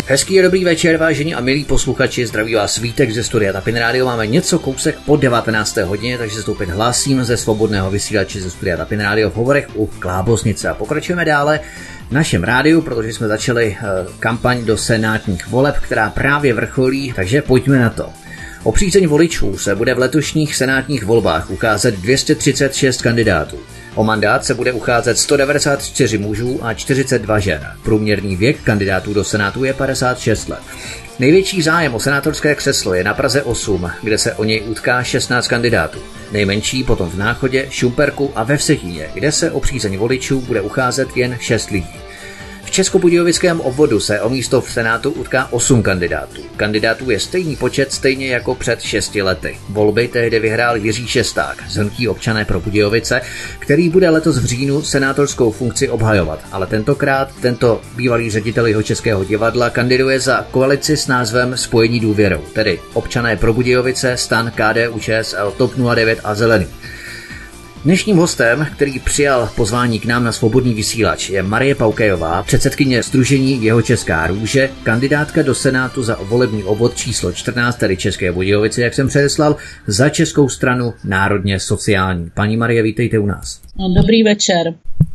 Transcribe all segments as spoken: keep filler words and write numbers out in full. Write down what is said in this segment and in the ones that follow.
Hezký a dobrý večer, vážení a milí posluchači, zdraví vás Vítek ze studia Tapin Radio. Máme něco kousek po devatenácté hodině, takže se to opět hlásím ze svobodného vysílače ze studia Tapin Radio v hovorech u Klábosnice. A pokračujeme dále v našem rádiu, protože jsme začali kampaň do senátních voleb, která právě vrcholí, takže pojďme na to. O přízeň voličů se bude v letošních senátních volbách ucházet dvě stě třicet šest kandidátů. O mandát se bude ucházet sto devadesát čtyři mužů a čtyřicet dva žen. Průměrný věk kandidátů do Senátu je padesát šest let. Největší zájem o senátorské křeslo je na Praze osm, kde se o něj utká šestnáct kandidátů. Nejmenší potom v Náchodě, Šumperku a ve Vsetíně, kde se o přízeň voličů bude ucházet jen šest lidí. V Českobudějovickém obvodu se o místo v Senátu utká osm kandidátů. Kandidátů je stejný počet stejně jako před šesti lety. Volby tehdy vyhrál Jiří Šesták z hnutí Občané pro Budějovice, který bude letos v říjnu senátorskou funkci obhajovat. Ale tentokrát tento bývalý ředitel Jihočeského divadla kandiduje za koalici s názvem Spojení důvěrou, tedy Občané pro Budějovice, STAN, K D U Č S L, TOP nula devět a Zelený. Dnešním hostem, který přijal pozvání k nám na svobodný vysílač, je Marie Paukejová, předsedkyně sdružení Jihočeská růže, kandidátka do Senátu za volební obvod číslo čtrnáct, tedy České Budějovice, jak jsem předeslal, za Českou stranu národně sociální. Paní Marie, vítejte u nás. Dobrý večer.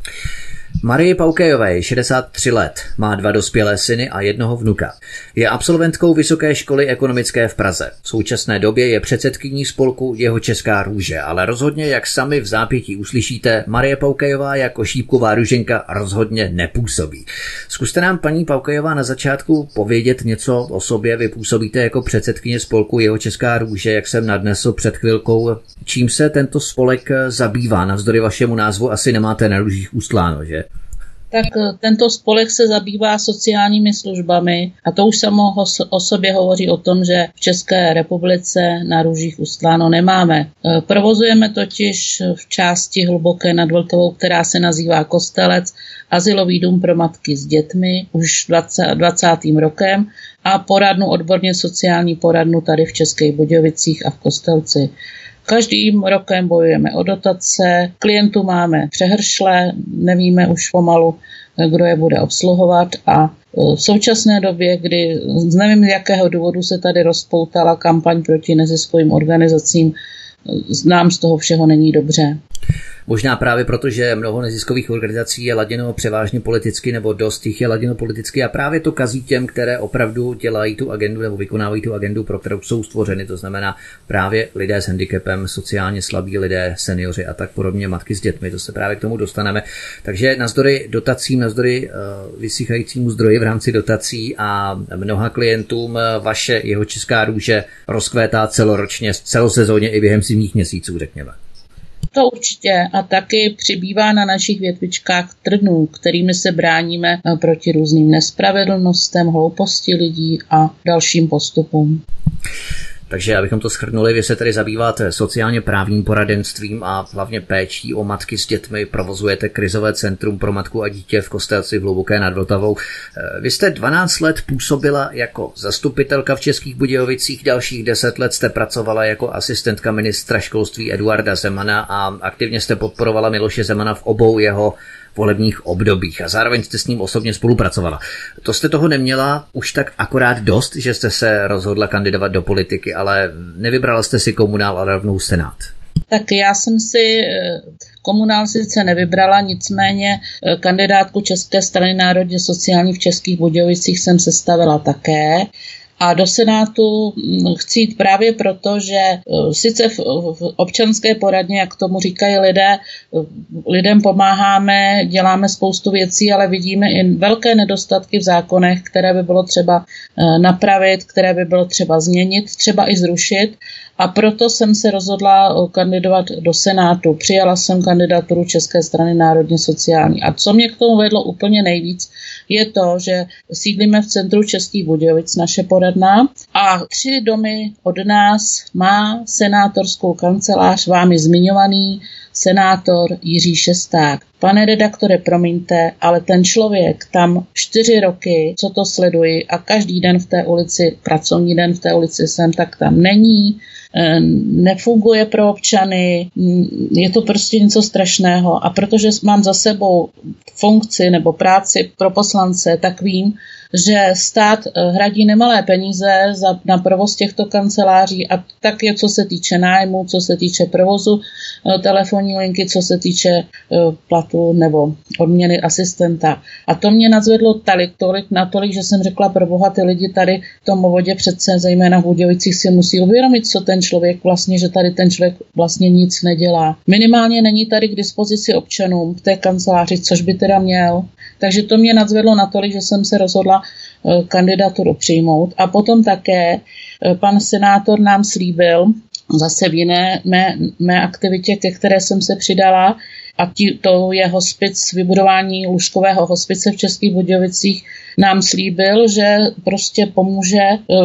Marie Paukejové je šedesát tři let, má dva dospělé syny a jednoho vnuka. Je absolventkou Vysoké školy ekonomické v Praze. V současné době je předsedkyní spolku Jihočeská růže, ale rozhodně, jak sami v zápětí uslyšíte, Marie Paukejová jako šípková růženka rozhodně nepůsobí. Zkuste nám, paní Paukejová, na začátku povědět něco o sobě. Vy působíte jako předsedkyně spolku Jihočeská růže, jak jsem nadnesl před chvilkou. Čím se tento spolek zabývá? Navzdory vašemu názvu asi nemáte na růžích ustláno, že? Tak tento spolek se zabývá sociálními službami a to už samo o sobě hovoří o tom, že v České republice na růžích ustláno nemáme. Provozujeme totiž v části Hluboké nad Vltavou, která se nazývá Kostelec, azylový dům pro matky s dětmi už dvacátým rokem a poradnu, odborně sociální poradnu tady v Českých Budějovicích a v Kostelci. Každým rokem bojujeme o dotace, klientů máme přehršle, nevíme už pomalu, kdo je bude obsluhovat a v současné době, kdy nevím z jakého důvodu se tady rozpoutala kampaň proti neziskovým organizacím, nám z toho všeho není dobře. Možná právě proto, že mnoho neziskových organizací je laděno převážně politicky, nebo dost jich je laděno politicky a právě to kazí těm, které opravdu dělají tu agendu nebo vykonávají tu agendu, pro kterou jsou stvořeny. To znamená právě lidé s handicapem, sociálně slabí lidé, seniori a tak podobně, matky s dětmi. To se právě k tomu dostaneme. Takže navzdory dotacím, navzdory uh, vysychajícímu zdroji v rámci dotací a mnoha klientům vaše Jihočeská růže rozkvétá celoročně, celosezóně i během zimních měsíců, řekněme. To určitě a taky přibývá na našich větvičkách trnů, kterými se bráníme proti různým nespravedlnostem, hlouposti lidí a dalším postupům. Takže abychom to shrnuli, vy se tedy zabýváte sociálně právním poradenstvím a hlavně péčí o matky s dětmi, provozujete krizové centrum pro matku a dítě v Kostelci v Hluboké nad Vltavou. Vy jste dvanáct let působila jako zastupitelka v Českých Budějovicích, dalších deset let jste pracovala jako asistentka ministra školství Eduarda Zemana a aktivně jste podporovala Miloše Zemana v obou jeho volebních obdobích a zároveň jste s ním osobně spolupracovala. To jste toho neměla už tak akorát dost, že jste se rozhodla kandidovat do politiky, ale nevybrala jste si komunál, ale rovnou senát. Tak já jsem si komunál sice nevybrala, nicméně kandidátku České strany národně sociální v Českých Budějovicích jsem sestavila také. A do Senátu chci jít právě proto, že sice v, v občanské poradně, jak tomu říkají lidé, lidem pomáháme, děláme spoustu věcí, ale vidíme i velké nedostatky v zákonech, které by bylo třeba napravit, které by bylo třeba změnit, třeba i zrušit. A proto jsem se rozhodla kandidovat do Senátu. Přijala jsem kandidaturu České strany národně sociální. A co mě k tomu vedlo úplně nejvíc, je to, že sídlíme v centru Českých Budějovic, naše poradna, a tři domy od nás má senátorskou kancelář vámi zmiňovaný senátor Jiří Šesták. pane redaktore, promiňte, ale ten člověk tam čtyři roky, co to sleduji a každý den v té ulici, pracovní den v té ulici jsem, tak tam není, nefunguje pro občany, je to prostě něco strašného. A protože mám za sebou funkci nebo práci pro poslance, tak vím, že stát hradí nemalé peníze za, na provoz těchto kanceláří a tak je, co se týče nájmu, co se týče provozu telefonní linky, co se týče platu nebo odměny asistenta. A to mě nadzvedlo tolik, tolik natolik, že jsem řekla, pro boha, ty lidi tady v tom Vodě přece, zejména v Budějovicích, si musí uvědomit, co ten člověk vlastně, že tady ten člověk vlastně nic nedělá. Minimálně není tady k dispozici občanům v té kanceláři, což by teda měl. Takže to mě nadzvedlo natolik, že jsem se rozhodla kandidaturu přijmout. A potom také pan senátor nám slíbil zase v jiné mé, mé aktivitě, ke které jsem se přidala, a tí, to je hospic, vybudování lůžkového hospice v Českých Budějovicích, nám slíbil, že prostě pomůže,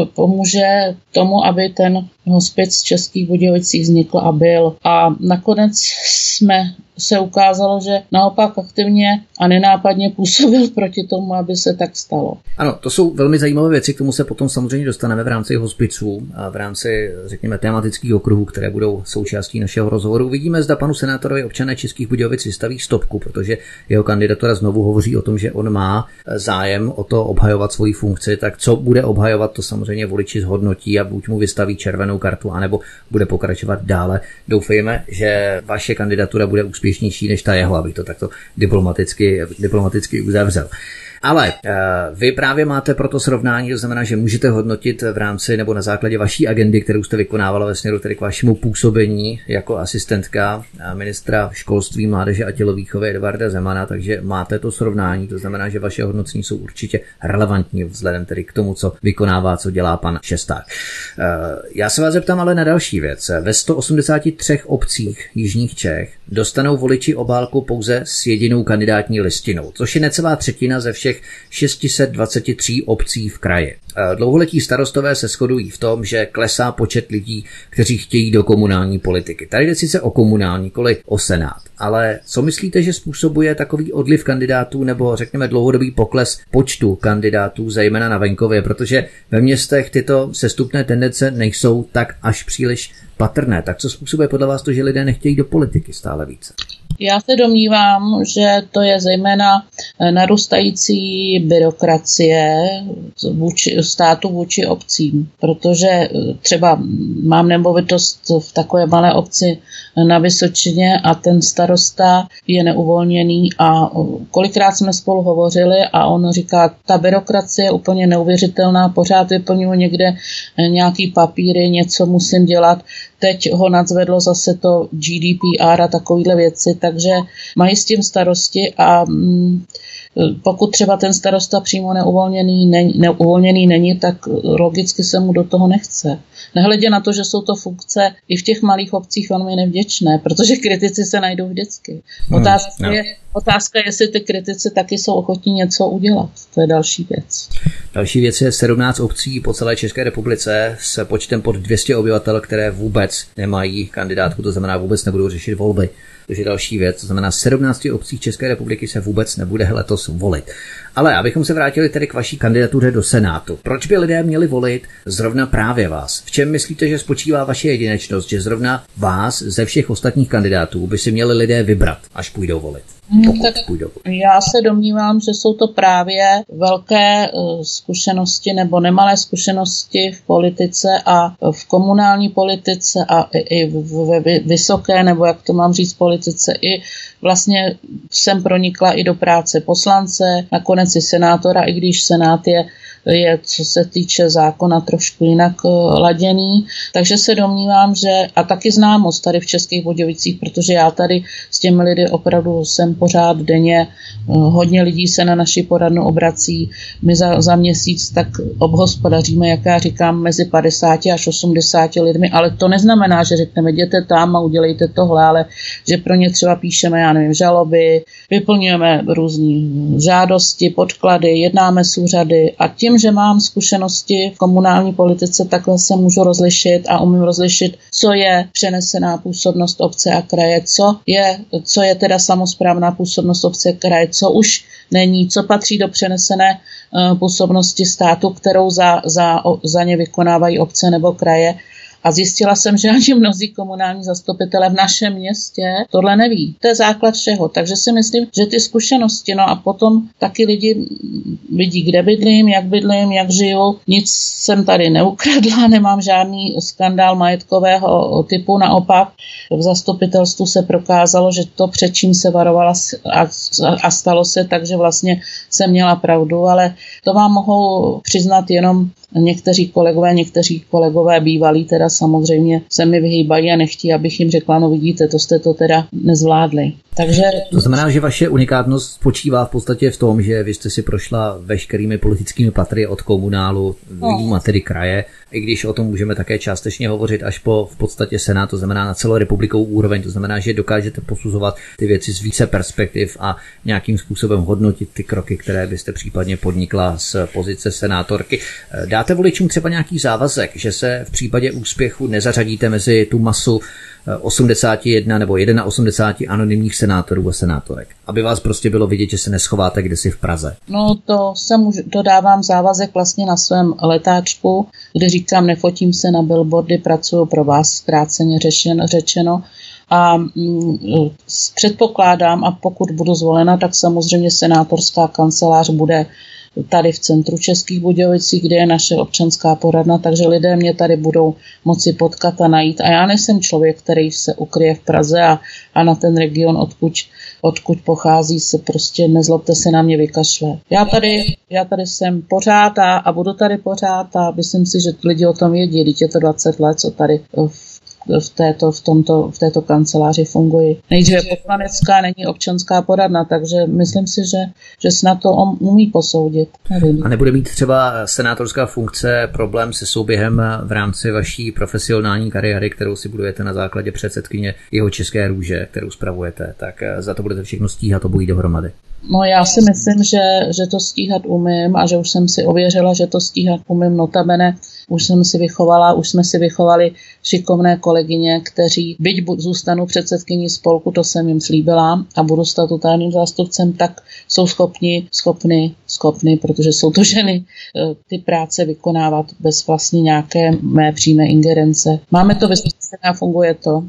pomůže tomu, aby ten hospic v Českých Budějovicích vznikl a byl. A nakonec jsme se ukázalo, že naopak aktivně a nenápadně působil proti tomu, aby se tak stalo. Ano, to jsou velmi zajímavé věci, k tomu se potom samozřejmě dostaneme v rámci hospiců a v rámci, řekněme, tematických okruhů, které budou součástí našeho rozhovoru. Vidíme, zda panu senátorovi občané Českých Budějovic vystaví stopku, protože jeho kandidatura znovu hovoří o tom, že on má zájem o to obhajovat svoji funkci, tak co bude obhajovat, to samozřejmě voliči zhodnotí a buď mu vystaví červenou kartu, anebo bude pokračovat dále. Doufejme, že vaše kandidatura bude úspěšnější než ta jeho, abych to takto diplomaticky, diplomaticky uzavřel. Ale uh, vy právě máte proto srovnání, to znamená, že můžete hodnotit v rámci nebo na základě vaší agendy, kterou jste vykonávala ve směru tedy k vašemu působení jako asistentka ministra školství, mládeže a tělovýchovy Edvarda Zemana, takže máte to srovnání, to znamená, že vaše hodnocení jsou určitě relevantní vzhledem tedy k tomu, co vykonává, co dělá pan Šesták. Uh, já se vás zeptám ale na další věc. Ve sto osmdesáti třech obcích jižních Čech dostanou voliči obálku pouze s jedinou kandidátní listinou, což je necelá třetina ze všech šest set dvacet tři obcí v kraji. Dlouholetí starostové se shodují v tom, že klesá počet lidí, kteří chtějí do komunální politiky. Tady jde sice o komunální, nikoli o senát. Ale co myslíte, že způsobuje takový odliv kandidátů nebo řekněme dlouhodobý pokles počtu kandidátů, zejména na venkově, protože ve městech tyto sestupné tendence nejsou tak až příliš patrné. Tak co způsobuje podle vás to, že lidé nechtějí do politiky stále více? Já se domnívám, že to je zejména narůstající byrokracie vůči, státu vůči obcím, protože třeba mám nemovitost v takové malé obci na Vysočině a ten starosta je neuvolněný a kolikrát jsme spolu hovořili a on říká, ta byrokracie je úplně neuvěřitelná, pořád vyplňuji někde nějaký papíry, něco musím dělat. Teď ho nadzvedlo zase to G D P R a takovýhle věci, takže mají s tím starosti a mm, pokud třeba ten starosta přímo neuvolněný není, neuvolněný není, tak logicky se mu do toho nechce. Nehledě na to, že jsou to funkce i v těch malých obcích velmi nevděčné, protože kritici se najdou vždycky. Otázka, hmm, no. je, otázka je, jestli ty kritici taky jsou ochotní něco udělat. To je další věc. Další věc je sedmnáct obcí po celé České republice s počtem pod dvě stě obyvatel, které vůbec nemají kandidátku, to znamená vůbec nebudou řešit volby. To je další věc, to znamená sedmnáct obcích České republiky se vůbec nebude letos volit. Ale abychom se vrátili tedy k vaší kandidatuře do Senátu. Proč by lidé měli volit zrovna právě vás? V čem myslíte, že spočívá vaše jedinečnost, že zrovna vás ze všech ostatních kandidátů by si měli lidé vybrat, až půjdou volit? Tak já se domnívám, že jsou to právě velké zkušenosti nebo nemalé zkušenosti v politice a v komunální politice a i ve vysoké, nebo jak to mám říct, politice. I vlastně jsem pronikla i do práce poslance, nakonec i senátora, i když senát je je, co se týče zákona, trošku jinak laděný. Takže se domnívám, že a taky známost tady v Českých Budějovicích, protože já tady s těmi lidmi opravdu jsem pořád denně, hodně lidí se na naši poradnu obrací. My za, za měsíc tak obhospodaříme, jak já říkám, mezi padesáti až osmdesáti lidmi, ale to neznamená, že řekneme, jděte tam a udělejte tohle, ale že pro ně třeba píšeme, já nevím, žaloby, vyplňujeme různé žádosti, podklady, jednáme s úřady a tím tím, že mám zkušenosti v komunální politice, takhle se můžu rozlišit a umím rozlišit, co je přenesená působnost obce a kraje, co je, co je teda samosprávná působnost obce a kraje, co už není, co patří do přenesené uh, působnosti státu, kterou za, za, za ně vykonávají obce nebo kraje. A zjistila jsem, že ani mnozí komunální zastupitelé v našem městě tohle neví. To je základ všeho. Takže si myslím, že ty zkušenosti, no a potom taky lidi vidí, kde bydlím, jak bydlím, jak žiju. Nic jsem tady neukradla, nemám žádný skandál majetkového typu. Naopak v zastupitelstvu se prokázalo, že to, před čím se varovala a, a stalo se, takže vlastně jsem měla pravdu, ale to vám mohou přiznat jenom někteří kolegové, někteří kolegové bývalí teda samozřejmě se mi vyhýbají a nechtí, abych jim řekla, no vidíte, to jste to teda nezvládli. Takže... To znamená, že vaše unikátnost spočívá v podstatě v tom, že vy jste si prošla veškerými politickými patry od komunálu, no. a tedy kraje, i když o tom můžeme také částečně hovořit až po v podstatě Senát, to znamená na celorepublikovou úroveň, to znamená, že dokážete posuzovat ty věci z více perspektiv a nějakým způsobem hodnotit ty kroky, které byste případně podnikla z pozice senátorky. Dáte voličům třeba nějaký závazek, že se v případě úspěchu nezařadíte mezi tu masu osmdesát jedna nebo osmdesát jedna anonymních senátorů a senátorek, aby vás prostě bylo vidět, že se neschováte kdesi v Praze? No to se můžu, to dávám závazek vlastně na svém letáčku, kde říkám, nefotím se na billboardy, pracuju pro vás, zkráceně řečeno, řečeno. A mm, předpokládám, a pokud budu zvolena, tak samozřejmě senátorská kancelář bude tady v centru Českých Budějovic, kde je naše občanská poradna, takže lidé mě tady budou moci potkat a najít. A já nejsem člověk, který se ukryje v Praze a, a na ten region, odkud, odkud pochází, se prostě nezlobte se na mě vykašle. Já tady, já tady jsem pořád a, a budu tady pořád a myslím si, že lidi o tom vědí. Teď je to dvacet let, co tady v v této, v tomto, v této kanceláři fungují. Nejdříve poslanecká, není občanská poradna, takže myslím si, že, že snad to umí posoudit. Nevím. A nebude mít třeba senátorská funkce problém se souběhem v rámci vaší profesionální kariéry, kterou si budujete na základě předsedkyně Jihočeské růže, kterou spravujete, tak za to budete všechno stíhat obojí dohromady? No já si myslím, že, že to stíhat umím a že už jsem si ověřila, že to stíhat umím, notabene už jsem si vychovala, už jsme si vychovali šikovné kolegyně, kteří, byť zůstanu předsedkyní spolku, to jsem jim slíbila a budu statutárním zástupcem, tak jsou schopni, schopni, schopni, protože jsou to ženy, ty práce vykonávat bez vlastně nějaké mé přímé ingerence. Máme to vysvětlené a funguje to.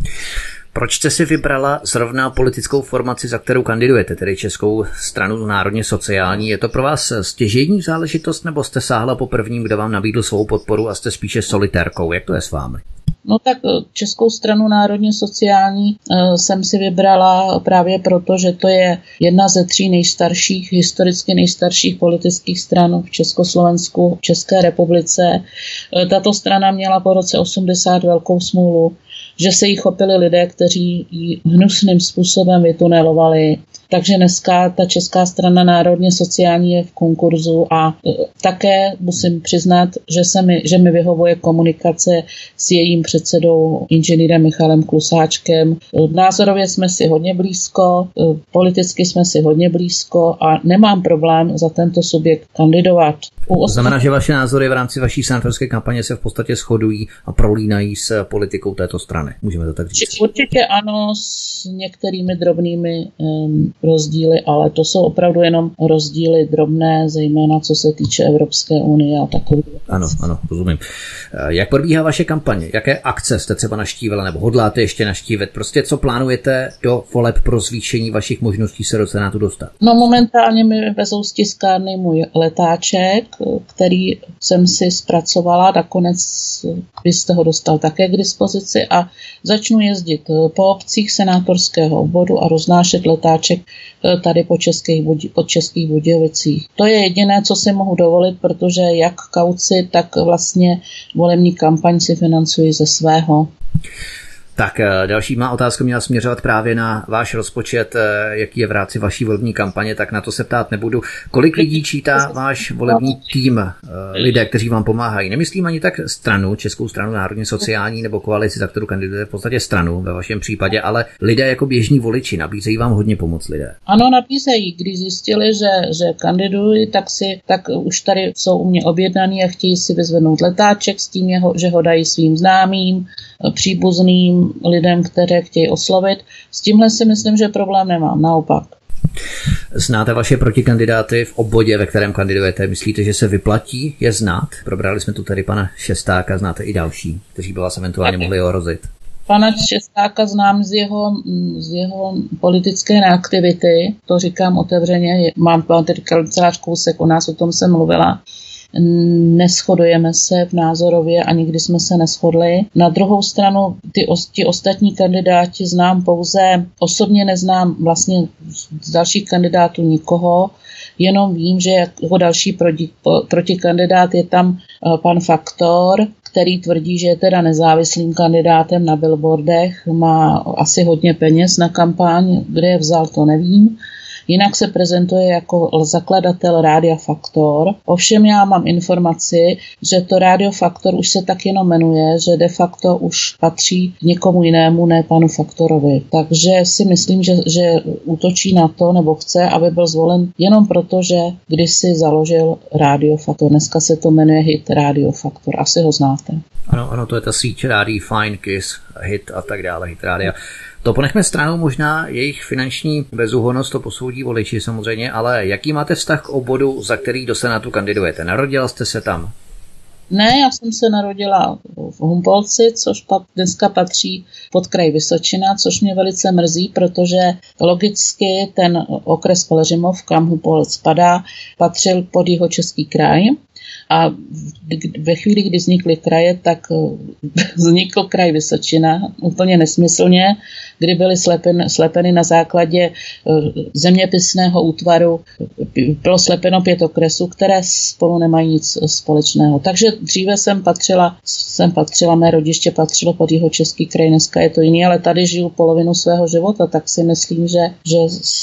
Proč jste si vybrala zrovna politickou formaci, za kterou kandidujete, tedy Českou stranu národně sociální? Je to pro vás stěžejní záležitost, nebo jste sáhla po prvním, kdo vám nabídl svou podporu a jste spíše solitérkou? Jak to je s vámi? No tak Českou stranu národně sociální e, jsem si vybrala právě proto, že to je jedna ze tří nejstarších, historicky nejstarších politických stran v Československu, v České republice. E, tato strana měla po roce osmdesát velkou smůlu, že se jí chopili lidé, kteří ji hnusným způsobem vytunelovali. Takže dneska ta Česká strana národně sociální je v konkurzu a také musím přiznat, že, se mi, že mi vyhovuje komunikace s jejím předsedou inženýrem Michalem Klusáčkem. Názorově jsme si hodně blízko, politicky jsme si hodně blízko a nemám problém za tento subjekt kandidovat. To znamená, že vaše názory v rámci vaší senátorské kampaně se v podstatě shodují a prolínají s politikou této strany. Můžeme to tak říct? Určitě ano, s některými drobnými um, rozdíly, ale to jsou opravdu jenom rozdíly drobné, zejména co se týče Evropské unie a takové. Ano, ano, rozumím. Jak probíhá vaše kampaně? Jaké akce jste třeba navštívila nebo hodláte ještě navštívit? Prostě co plánujete do voleb pro zvýšení vašich možností se do Senátu dostat? No momentálně mi vezou z tiskárny můj letáček, který jsem si zpracovala, nakonec byste ho dostal také k dispozici a začnu jezdit po obcích senátorského obvodu a roznášet letáček tady po Českých, po Českých Budějovicích. To je jediné, co si mohu dovolit, protože jak kauci, tak vlastně volební kampaň si financuji ze svého. Tak další má otázka měla směřovat právě na váš rozpočet, jaký je v rámci vaší volební kampaně, tak na to se ptát nebudu. Kolik lidí čítá váš volební tým, lidé, kteří vám pomáhají? Nemyslím ani tak stranu, Českou stranu národně sociální nebo koalici, za kterou kandidujete, v podstatě stranu ve vašem případě, ale lidé jako běžní voliči, nabízejí vám hodně pomoc lidé. Ano, nabízejí. Když zjistili, že, že kandiduji, tak si, tak už tady jsou u mě objednaný a chtějí si vyzvednout letáček s tím, jeho, že ho dají svým známým, příbuzným lidem, které chtějí oslovit. S tímhle si myslím, že problém nemám, naopak. Znáte vaše protikandidáty v obvodě, ve kterém kandidujete? Myslíte, že se vyplatí je znát? Probrali jsme tu tady pana Šestáka, znáte i další, kteří by vás eventuálně mohli ohrozit. Pana Šestáka znám z jeho, z jeho politické aktivity, to říkám otevřeně, mám tady kancelář Kousek, o nás o tom jsem mluvila. Neshodujeme se v názorově a nikdy jsme se neshodli. Na druhou stranu ty, ti ostatní kandidáti znám pouze, osobně neznám vlastně z dalších kandidátů nikoho, jenom vím, že jako další proti, protikandidát je tam pan Faktor, který tvrdí, že je teda nezávislým kandidátem na billboardech, má asi hodně peněz na kampaň, kde je vzal, to nevím. Jinak se prezentuje jako zakladatel Rádia Faktor. Ovšem já mám informaci, že to Rádio Faktor už se tak jenom jmenuje, že de facto už patří někomu jinému, ne panu Faktorovi. Takže si myslím, že, že útočí na to, nebo chce, aby byl zvolen jenom proto, že kdysi založil Rádio Faktor. Dneska se to jmenuje Hit Rádio Faktor. Asi ho znáte. Ano, ano, to je ta síť Rádií Fine, Kiss, Hit a tak dále, Hit Rádia. To ponechme stranou, možná jejich finanční bezúhonnost, to posoudí voliči samozřejmě, ale jaký máte vztah k obvodu, za který do Senátu kandidujete? Narodila jste se tam? Ne, já jsem se narodila v Humpolci, což dneska patří pod kraj Vysočina, což mě velice mrzí, protože logicky ten okres Pelhřimov, kam Humpolec spadá, patřil pod Jihočeský kraj. A ve chvíli, kdy vznikly kraje, tak vznikl kraj Vysočina úplně nesmyslně, kdy byly slepeny, slepeny na základě zeměpisného útvaru, bylo slepeno pět okresů, které spolu nemají nic společného. Takže dříve jsem patřila, jsem patřila, mé rodiště patřilo pod Jihočeský kraj, dneska je to jiný, ale tady žiju polovinu svého života, tak si myslím, že, že,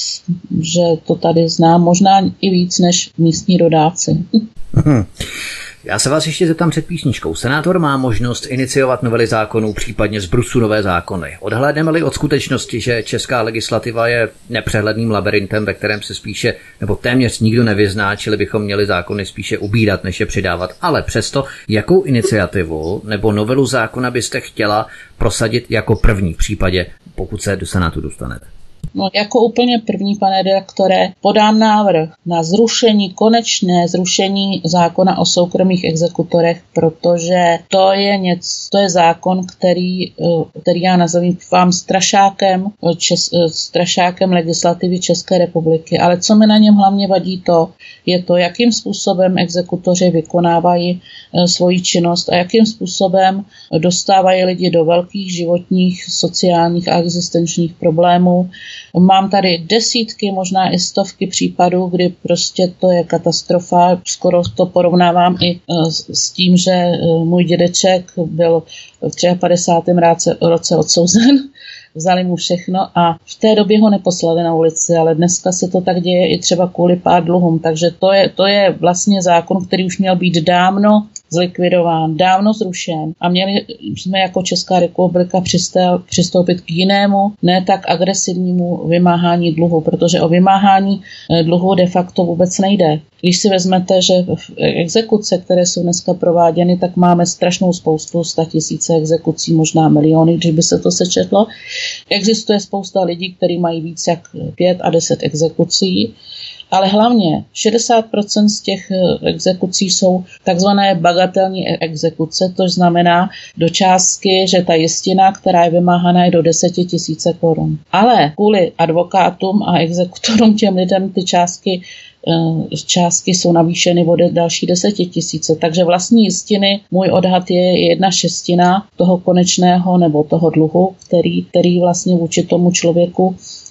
že to tady znám možná i víc než místní rodáci. Hmm. Já se vás ještě zeptám před písničkou. Senátor má možnost iniciovat novely zákonů, případně z brusu nové zákony. Odhlédneme-li od skutečnosti, že česká legislativa je nepřehledným labirintem, ve kterém se spíše nebo téměř nikdo nevyzná, čili bychom měli zákony spíše ubírat, než je přidávat. Ale přesto, jakou iniciativu nebo novelu zákona byste chtěla prosadit jako první v případě, pokud se do Senátu dostanete? No, jako úplně první, pane redaktore, podám návrh na zrušení, konečné zrušení zákona o soukromých exekutorech, protože to je něco, to je zákon, který, který já nazývám strašákem, čes, strašákem legislativy České republiky. Ale co mi na něm hlavně vadí, to je to, jakým způsobem exekutoři vykonávají svoji činnost a jakým způsobem dostávají lidi do velkých životních, sociálních a existenčních problémů. Mám tady desítky, možná i stovky případů, kdy prostě to je katastrofa. Skoro to porovnávám i s tím, že můj dědeček byl v padesátém třetím roce odsouzen. Vzali mu všechno a v té době ho neposlali na ulici, ale dneska se to tak děje i třeba kvůli pár dluhům. Takže to je, to je vlastně zákon, který už měl být dávno zlikvidován, dávno zrušen a měli jsme jako Česká republika přistoupit k jinému, ne tak agresivnímu vymáhání dluhu, protože o vymáhání dluhu de facto vůbec nejde. Když si vezmete, že exekuce, které jsou dneska prováděny, tak máme strašnou spoustu, statisíce exekucí, možná miliony, když by se to sečetlo. Existuje spousta lidí, kteří mají víc jak pět a deset exekucí, ale hlavně šedesát procent z těch exekucí jsou takzvané bagatelní exekuce, to znamená do částky, že ta jistina, která je vymáhaná, je do deset tisíc korun. Ale kvůli advokátům a exekutorům těm lidem ty částky částky jsou navýšeny o další desetitisíce. Takže vlastní jistiny, můj odhad je jedna šestina toho konečného nebo toho dluhu, který, který vlastně vůči tomu člověku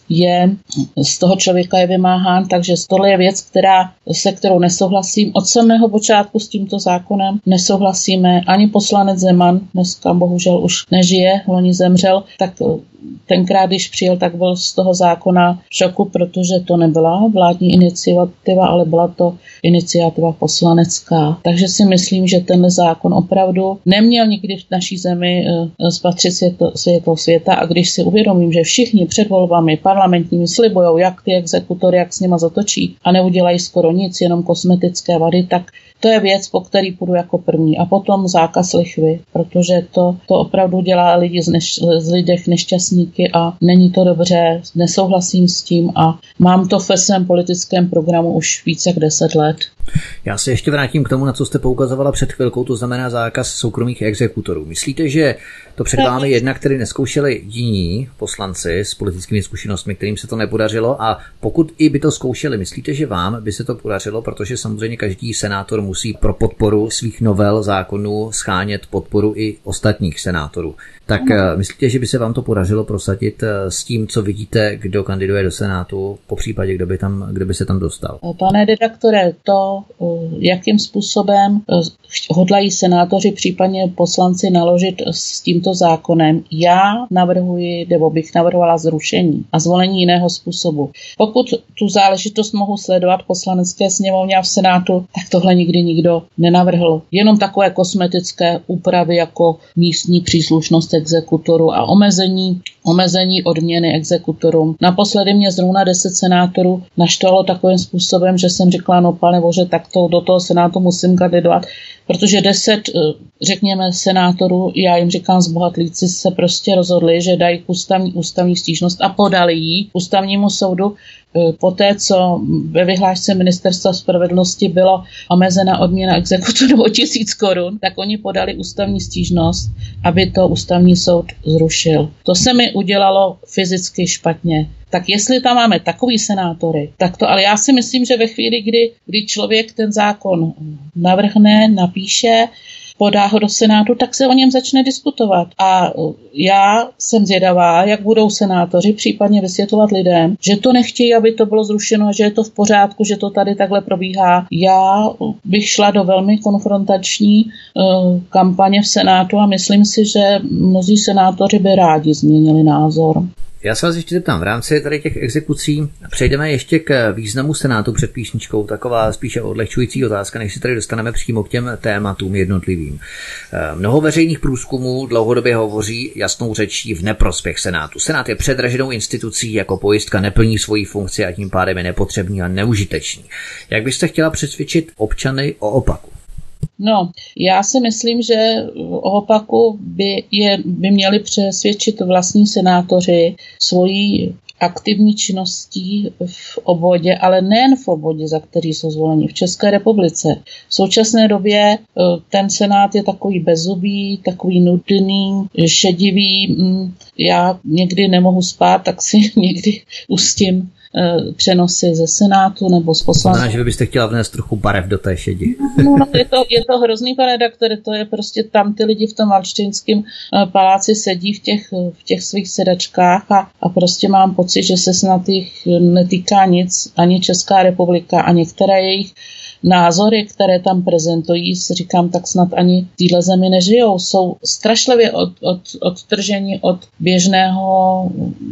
je z toho člověka je vymáhán, takže tohle je věc, která, se kterou nesouhlasím. Od samého počátku s tímto zákonem nesouhlasíme. Ani poslanec Zeman, dneska bohužel už nežije, loni zemřel, tak tenkrát, když přijel, tak byl z toho zákona v šoku, protože to nebyla vládní iniciativa, ale byla to iniciativa poslanecká. Takže si myslím, že ten zákon opravdu neměl nikdy v naší zemi spatřit světlo, světlo světa, a když si uvědomím, že všichni před volbami parlamentními slibujou, jak ty exekutory, jak s nima zatočí a neudělají skoro nic, jenom kosmetické vady, tak to je věc, po který půjdu jako první. A potom zákaz lichvy, protože to, to opravdu dělá lidi z, neš, z lidech nešťastníky a není to dobře, nesouhlasím s tím a mám to ve svém politickém programu už více jak deset let. Já se ještě vrátím k tomu, na co jste poukazovala před chvilkou, to znamená zákaz soukromých exekutorů. Myslíte, že to před vámi jedna, který neskoušeli jiní poslanci s politickými zkušenostmi, kterým se to nepodařilo, a pokud i by to zkoušeli, myslíte, že vám by se to podařilo, protože samozřejmě každý senátor musí pro podporu svých novel zákonů schánět podporu i ostatních senátorů. Tak myslíte, že by se vám to podařilo prosadit s tím, co vidíte, kdo kandiduje do Senátu, po případě, kdo by, tam, kdo by se tam dostal? Pane redaktore, to, jakým způsobem hodlají senátoři, případně poslanci naložit s tímto zákonem, já navrhuji, nebo bych navrhovala zrušení a zvolení jiného způsobu. Pokud tu záležitost mohu sledovat v poslanecké sněmovně a v Senátu, tak tohle nikdy nikdo nenavrhl. Jenom takové kosmetické úpravy jako místní příslušnost exekutorů a omezení, omezení odměny exekutorům. Naposledy mě zrovna deset senátorů naštvalo takovým způsobem, že jsem řekla, no pane bože, tak to do toho senátu musím kandidovat, protože deset, řekněme, senátorů, já jim říkám zbohatlíci, se prostě rozhodli, že dají ústavní, ústavní stížnost a podali ji ústavnímu soudu. Poté, co ve vyhlášce Ministerstva spravedlnosti bylo omezena odměna exekutorů o tisíc korun, tak oni podali ústavní stížnost, aby to ústavní soud zrušil. To se mi udělalo fyzicky špatně. Tak jestli tam máme takový senátory, tak to, ale já si myslím, že ve chvíli, kdy, kdy člověk ten zákon navrhne, napíše, podá ho do Senátu, tak se o něm začne diskutovat. A já jsem zvědavá, jak budou senátoři případně vysvětlovat lidem, že to nechtějí, aby to bylo zrušeno a že je to v pořádku, že to tady takhle probíhá. Já bych šla do velmi konfrontační uh, kampaně v Senátu a myslím si, že mnozí senátoři by rádi změnili názor. Já se vás ještě zeptám, v rámci tady těch exekucí přejdeme ještě k významu Senátu před písničkou, taková spíše odlehčující otázka, než se tady dostaneme přímo k těm tématům jednotlivým. Mnoho veřejných průzkumů dlouhodobě hovoří jasnou řečí v neprospěch Senátu. Senát je předraženou institucí, jako pojistka neplní svoji funkci a tím pádem je nepotřebný a neužitečný. Jak byste chtěla přesvědčit občany o opaku? No, já si myslím, že o opaku by, je, by měli přesvědčit vlastní senátoři svojí aktivní činností v obvodě, ale nejen v obvodě, za který jsou zvoleni v České republice. V současné době ten senát je takový bezzubý, takový nudný, šedivý. Já někdy nemohu spát, tak si někdy ustím přenosy ze Senátu nebo z poslanců. Znamená, že vy byste chtěla vnést trochu barev do té šedi. No, no, je, to, je to hrozný, pane redaktore, to je prostě tam ty lidi v tom Valštejnském paláci sedí v těch, v těch svých sedačkách a, a prostě mám pocit, že se snad jich netýká nic, ani Česká republika a některé jejich názory, které tam prezentují, si říkám, tak snad ani v téhle zemi nežijou. Jsou strašlivě od, od, odtrženi od běžného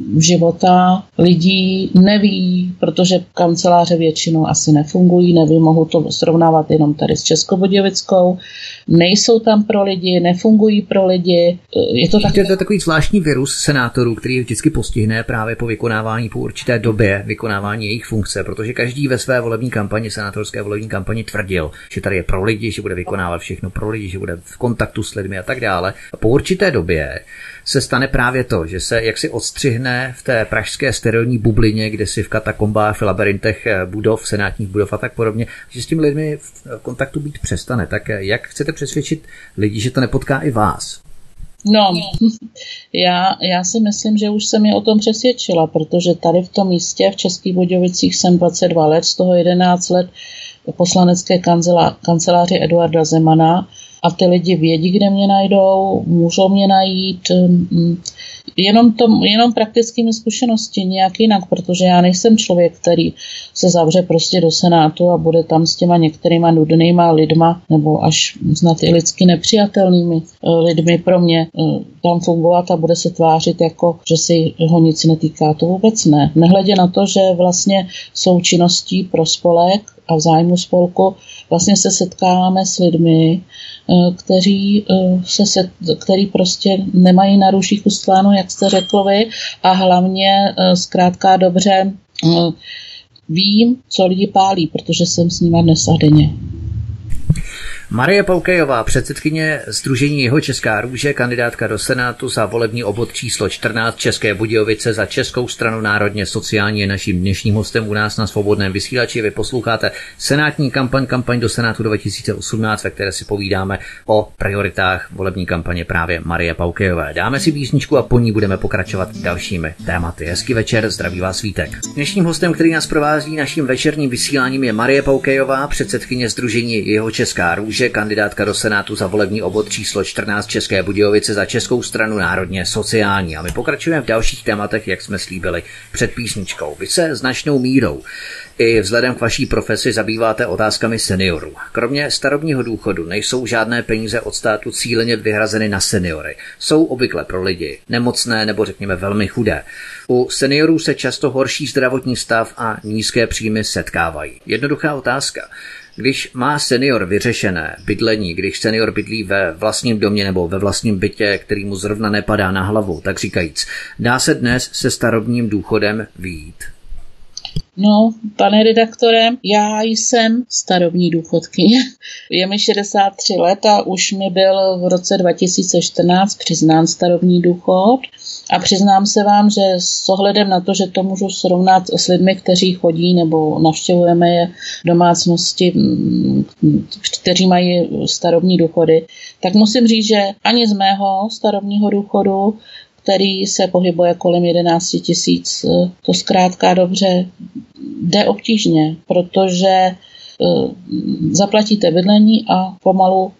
života lidí, neví, protože kanceláře většinou asi nefungují, nevím, mohu to srovnávat jenom tady s Českobudějovickou, nejsou tam pro lidi, nefungují pro lidi. Je to, tak... to je takový zvláštní virus senátorů, který vždycky postihne právě po vykonávání, po určité době vykonávání jejich funkce, protože každý ve své volební kampani, senátorské volební kampani tvrdil, že tady je pro lidi, že bude vykonávat všechno pro lidi, že bude v kontaktu s lidmi a tak dále. A po určité době se stane právě to, že se jaksi odstřihne v té pražské sterilní bublině, kde si v katakombách, v labyrintech budov, senátních budov a tak podobně, že s těmi lidmi v kontaktu být přestane. Tak jak chcete přesvědčit lidi, že to nepotká i vás? No, já, já si myslím, že už jsem je o tom přesvědčila, protože tady v tom místě v Českých Budějovicích jsem dvacet dva let, z toho jedenáct let poslanecké kancelá, kanceláři Eduarda Zemana a ty lidi vědí, kde mě najdou, můžou mě najít. jenom, to, jenom praktickými zkušenosti, nějak jinak, protože já nejsem člověk, který se zavře prostě do Senátu a bude tam s těma některýma nudnýma lidma nebo až snad i lidsky nepřijatelnými lidmi pro mě tam fungovat a bude se tvářit jako, že si ho nic netýká. To vůbec ne. Nehledě na to, že vlastně součinností pro spolek a v zájmu spolku vlastně se setkáváme s lidmi, kteří, se set, který prostě nemají na růžích ustláno, jak jste řekl vy, a hlavně zkrátka dobře vím, co lidi pálí, protože jsem s nima dnes a denně. Marie Paukejová, předsedkyně Sdružení Jihočeská růže, kandidátka do Senátu za volební obvod číslo čtrnáct České Budějovice za Českou stranu národně sociální, je naším dnešním hostem u nás na Svobodném vysílači. Vy posloucháte senátní kampaň, kampaň do Senátu dva tisíce osmnáct, ve které si povídáme o prioritách volební kampaně právě Marie Paukejové. Dáme si písničku a po ní budeme pokračovat dalšími tématy. Hezký večer, zdraví vás Vítek. Dnešním hostem, který nás provází naším večerním vysíláním, je Marie Paukejová, předsedkyně Sdružení Jihočeská růže, kandidátka do Senátu za volební obvod číslo čtrnáct České Budějovice za Českou stranu národně sociální. A my pokračujeme v dalších tématech, jak jsme slíbili před písničkou. Vy se značnou mírou i vzhledem k vaší profesi zabýváte otázkami seniorů. Kromě starobního důchodu nejsou žádné peníze od státu cíleně vyhrazeny na seniory. Jsou obvykle pro lidi nemocné nebo řekněme velmi chudé. U seniorů se často horší zdravotní stav a nízké příjmy setkávají. Jednoduchá otázka. Když má senior vyřešené bydlení, když senior bydlí ve vlastním domě nebo ve vlastním bytě, který mu zrovna nepadá na hlavu, tak říkajíc, dá se dnes se starobním důchodem vyjít? No, pane redaktore, já jsem starobní důchodkyně. Je mi šedesát tři let a už mi byl v roce dva tisíce čtrnáct přiznán starobní důchod. A přiznám se vám, že s ohledem na to, že to můžu srovnat s lidmi, kteří chodí nebo navštěvujeme je domácnosti, kteří mají starobní důchody, tak musím říct, že ani z mého starobního důchodu, který se pohybuje kolem jedenáct tisíc, to zkrátka dobře jde obtížně, protože zaplatíte bydlení a pomalu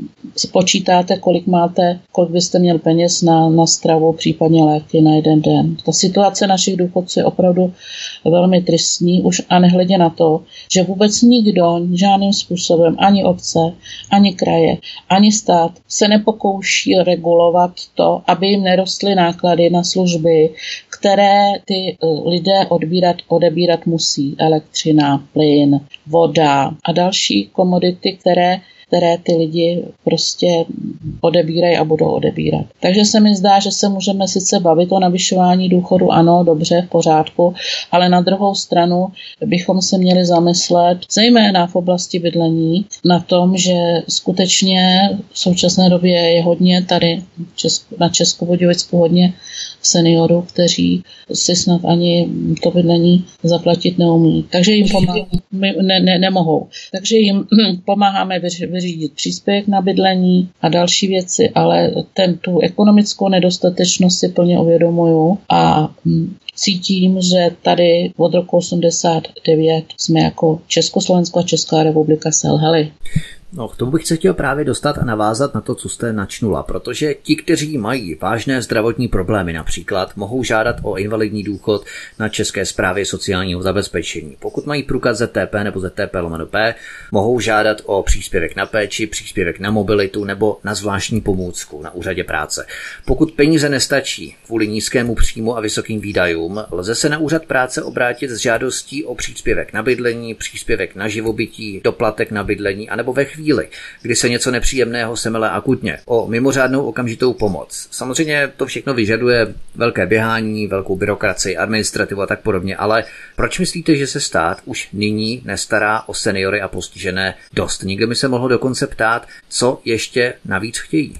spočítáte, kolik máte, kolik byste měl peněz na, na stravu, případně léky na jeden den. Ta situace našich důchodců je opravdu velmi tristní, už a nehledě na to, že vůbec nikdo žádným způsobem, ani obce, ani kraje, ani stát se nepokouší regulovat to, aby jim nerostly náklady na služby, které ty lidé odbírat, odebírat musí. Elektřina, plyn, voda a další komodity, které, které ty lidi prostě odebírají a budou odebírat. Takže se mi zdá, že se můžeme sice bavit o navyšování důchodu, ano, dobře, v pořádku, ale na druhou stranu bychom se měli zamyslet, zejména v oblasti bydlení, na tom, že skutečně v současné době je hodně tady na Českobudějovicku hodně seniorů, kteří si snad ani to bydlení zaplatit neumí. Takže jim pomáháme, ne, ne, nemohou. Takže jim pomáháme vyřídit příspěvek na bydlení a další věci, ale ten, tu ekonomickou nedostatečnost si plně uvědomuju a cítím, že tady od roku osmdesát devět jsme jako Československo a Česká republika selhali. No, k tomu bych se chtěl právě dostat a navázat na to, co jste načnula, protože ti, kteří mají vážné zdravotní problémy například, mohou žádat o invalidní důchod na České správě sociálního zabezpečení. Pokud mají průkaz Z T P nebo Z T P lomeno P, mohou žádat o příspěvek na péči, příspěvek na mobilitu nebo na zvláštní pomůcku na úřadě práce. Pokud peníze nestačí kvůli nízkému příjmu a vysokým výdajům, lze se na úřad práce obrátit s žádostí o příspěvek na bydlení, příspěvek na živobytí, doplatek na bydlení anebo ve chvíli, kdy se něco nepříjemného semele akutně, o mimořádnou okamžitou pomoc. Samozřejmě to všechno vyžaduje velké běhání, velkou byrokracii, administrativu a tak podobně, ale proč myslíte, že se stát už nyní nestará o seniory a postižené dost? Někdo mi se mohl dokonce ptát, co ještě navíc chtějí.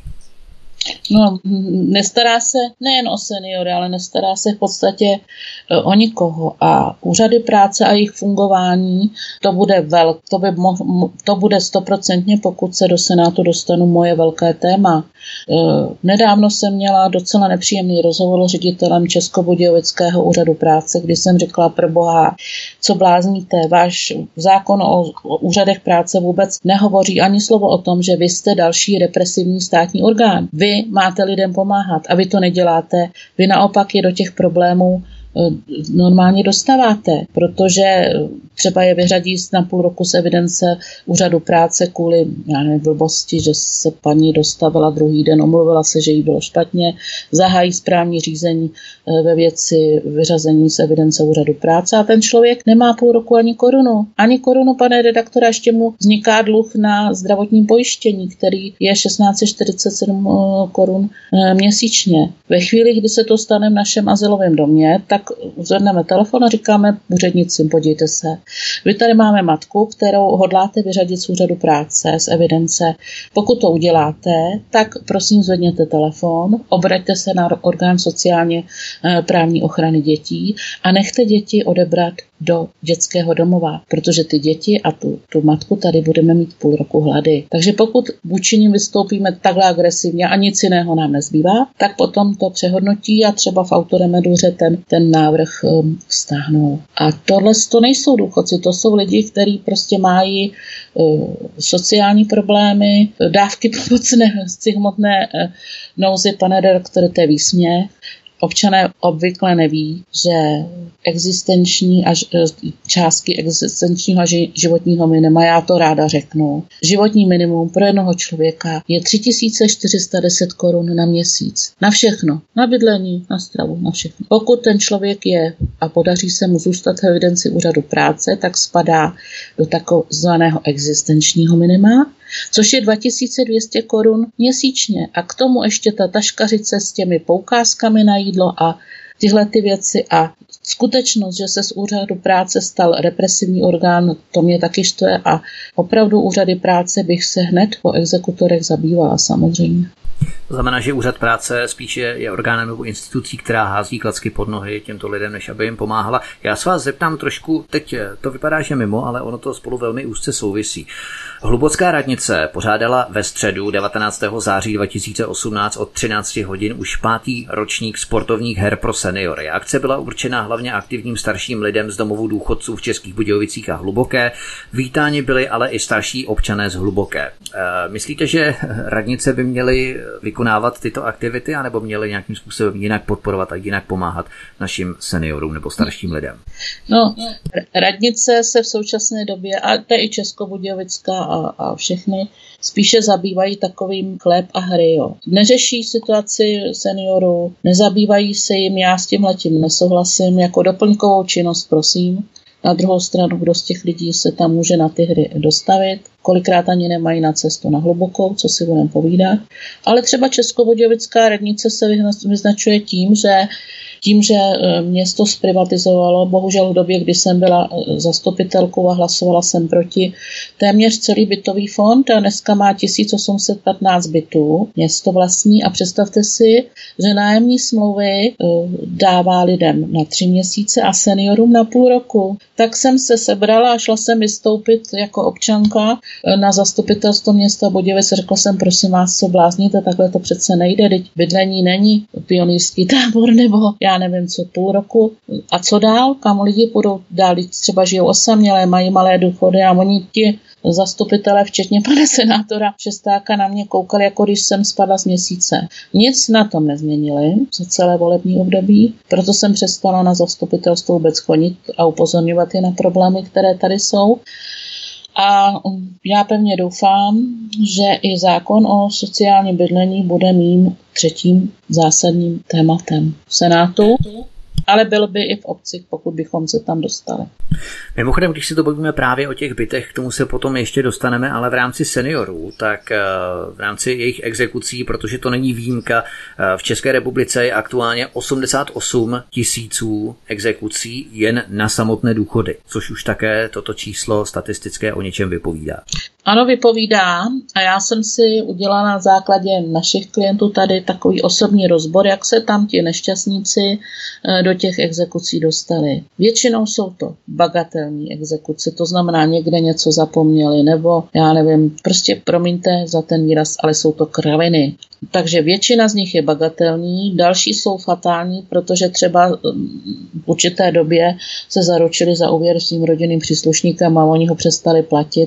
No, nestará se nejen o seniory, ale nestará se v podstatě o nikoho. A úřady práce a jejich fungování, to bude velk, to, by mo, to bude stoprocentně, pokud se do Senátu dostanu, moje velké téma. Nedávno jsem měla docela nepříjemný rozhovor s ředitelem Českobudějovického úřadu práce, kdy jsem řekla, proboha, co blázníte, váš zákon o, o úřadech práce vůbec nehovoří ani slovo o tom, že vy jste další represivní státní orgán. Vy Vy máte lidem pomáhat a vy to neděláte. Vy naopak je do těch problémů normálně dostáváte, protože třeba je vyřadí na půl roku z evidence úřadu práce kvůli, já nevím, blbosti, že se paní dostavila druhý den, omluvila se, že jí bylo špatně, zahájí správní řízení ve věci vyřazení z evidence úřadu práce a ten člověk nemá půl roku ani korunu. Ani korunu, pane redaktore, ještě mu vzniká dluh na zdravotním pojištění, který je šestnáct set čtyřicet sedm korun měsíčně. Ve chvíli, kdy se to stane v našem azylovém domě, tak zvedneme telefon a říkáme úřednicím, podívejte se, vy tady máme matku, kterou hodláte vyřadit z úřadu práce, z evidence. Pokud to uděláte, tak prosím zvedněte telefon, obraťte se na orgán sociálně právní ochrany dětí a nechte děti odebrat do dětského domova, protože ty děti a tu, tu matku tady budeme mít půl roku hlady. Takže pokud vůči nim vystoupíme takhle agresivně a nic jiného nám nezbývá, tak potom to přehodnotí a třeba v autoremeduře ten, ten návrh um, stáhnou. A tohle to nejsou důchodci, to jsou lidi, kteří prostě mají uh, sociální problémy, dávky pomocné hmotné uh, nouzy, pane redaktore, to je výsměch. Občané obvykle neví, že existenční a částky existenčního a životního minima, já to ráda řeknu, životní minimum pro jednoho člověka je tři tisíce čtyři sta deset korun na měsíc. Na všechno. Na bydlení, na stravu, na všechno. Pokud ten člověk je a podaří se mu zůstat v evidenci úřadu práce, tak spadá do takzvaného existenčního minima, což je dva tisíce dvě stě korun měsíčně. A k tomu ještě ta taškařice s těmi poukázkami na jídlo a tyhle ty věci a skutečnost, že se z úřadu práce stal represivní orgán, to mě taky štve a opravdu úřady práce bych se hned po exekutorech zabývala samozřejmě. To znamená, že úřad práce spíše je orgánem nebo institucí, která hází klacky pod nohy těmto lidem, než aby jim pomáhala. Já se vás zeptám trošku, teď to vypadá, že mimo, ale ono to spolu velmi úzce souvisí. Hlubocká radnice pořádala ve středu devatenáctého září dva tisíce osmnáct od třinácti hodin už pátý ročník sportovních her pro seniory. Akce byla určena hlavně aktivním starším lidem z domovů důchodců v Českých Budějovicích a Hluboké. Vítáni byli ale i starší občané z Hluboké. E, myslíte, že radnice by měly vykonávat tyto aktivity, anebo měly nějakým způsobem jinak podporovat a jinak pomáhat našim seniorům nebo starším lidem? No, radnice se v současné době, a to je i Českobudějovická a, a všechny, spíše zabývají takovým chléb a hry. Jo. Neřeší situaci seniorů, nezabývají se jim, já s tímhletím nesouhlasím, jako doplňkovou činnost, prosím. Na druhou stranu, kdo z těch lidí se tam může na ty hry dostavit, kolikrát ani nemají na cestu na Hlubokou, co si budeme povídat. Ale třeba Českobudějovická radnice se vyznačuje tím, že Tím, že město zprivatizovalo, bohužel v době, kdy jsem byla zastupitelkou a hlasovala jsem proti, téměř celý bytový fond a dneska má tisíc osm set patnáct bytů, město vlastní a představte si, že nájemní smlouvy dává lidem na tři měsíce a seniorům na půl roku. Tak jsem se sebrala a šla jsem vystoupit jako občanka na zastupitelstvo města Budějovic. Řekla jsem, prosím vás, co blázníte, takhle to přece nejde, teď bydlení není pionýrský tábor nebo já nevím co, půl roku. A co dál? Kam lidi půjdou dál? Třeba žijou osamělé, mají malé důchody a oni ti zastupitelé, včetně pana senátora Šestáka, na mě koukali, jako když jsem spadla z měsíce. Nic na tom nezměnili za celé volební období, proto jsem přestala na zastupitelstvo vůbec chodit a upozorňovat je na problémy, které tady jsou. A já pevně doufám, že i zákon o sociálním bydlení bude mým třetím zásadním tématem v Senátu, ale byl by i v obcích, pokud bychom se tam dostali. Mimochodem, když si to bavíme právě o těch bytech, k tomu se potom ještě dostaneme, ale v rámci seniorů, tak v rámci jejich exekucí, protože to není výjimka, v České republice je aktuálně osmdesát osm tisíců exekucí jen na samotné důchody, což už také toto číslo statistické o něčem vypovídá. Ano, vypovídá a já jsem si udělala na základě našich klientů tady takový osobní rozbor, jak se tam ti nešťastníci do těch exekucí dostali. Většinou jsou to bagatelní exekuce, to znamená někde něco zapomněli, nebo já nevím, prostě promiňte za ten výraz, ale jsou to kraviny. Takže většina z nich je bagatelní, další jsou fatální, protože třeba v určité době se zaručili za úvěr svým rodinným příslušníkem a oni ho přestali platit a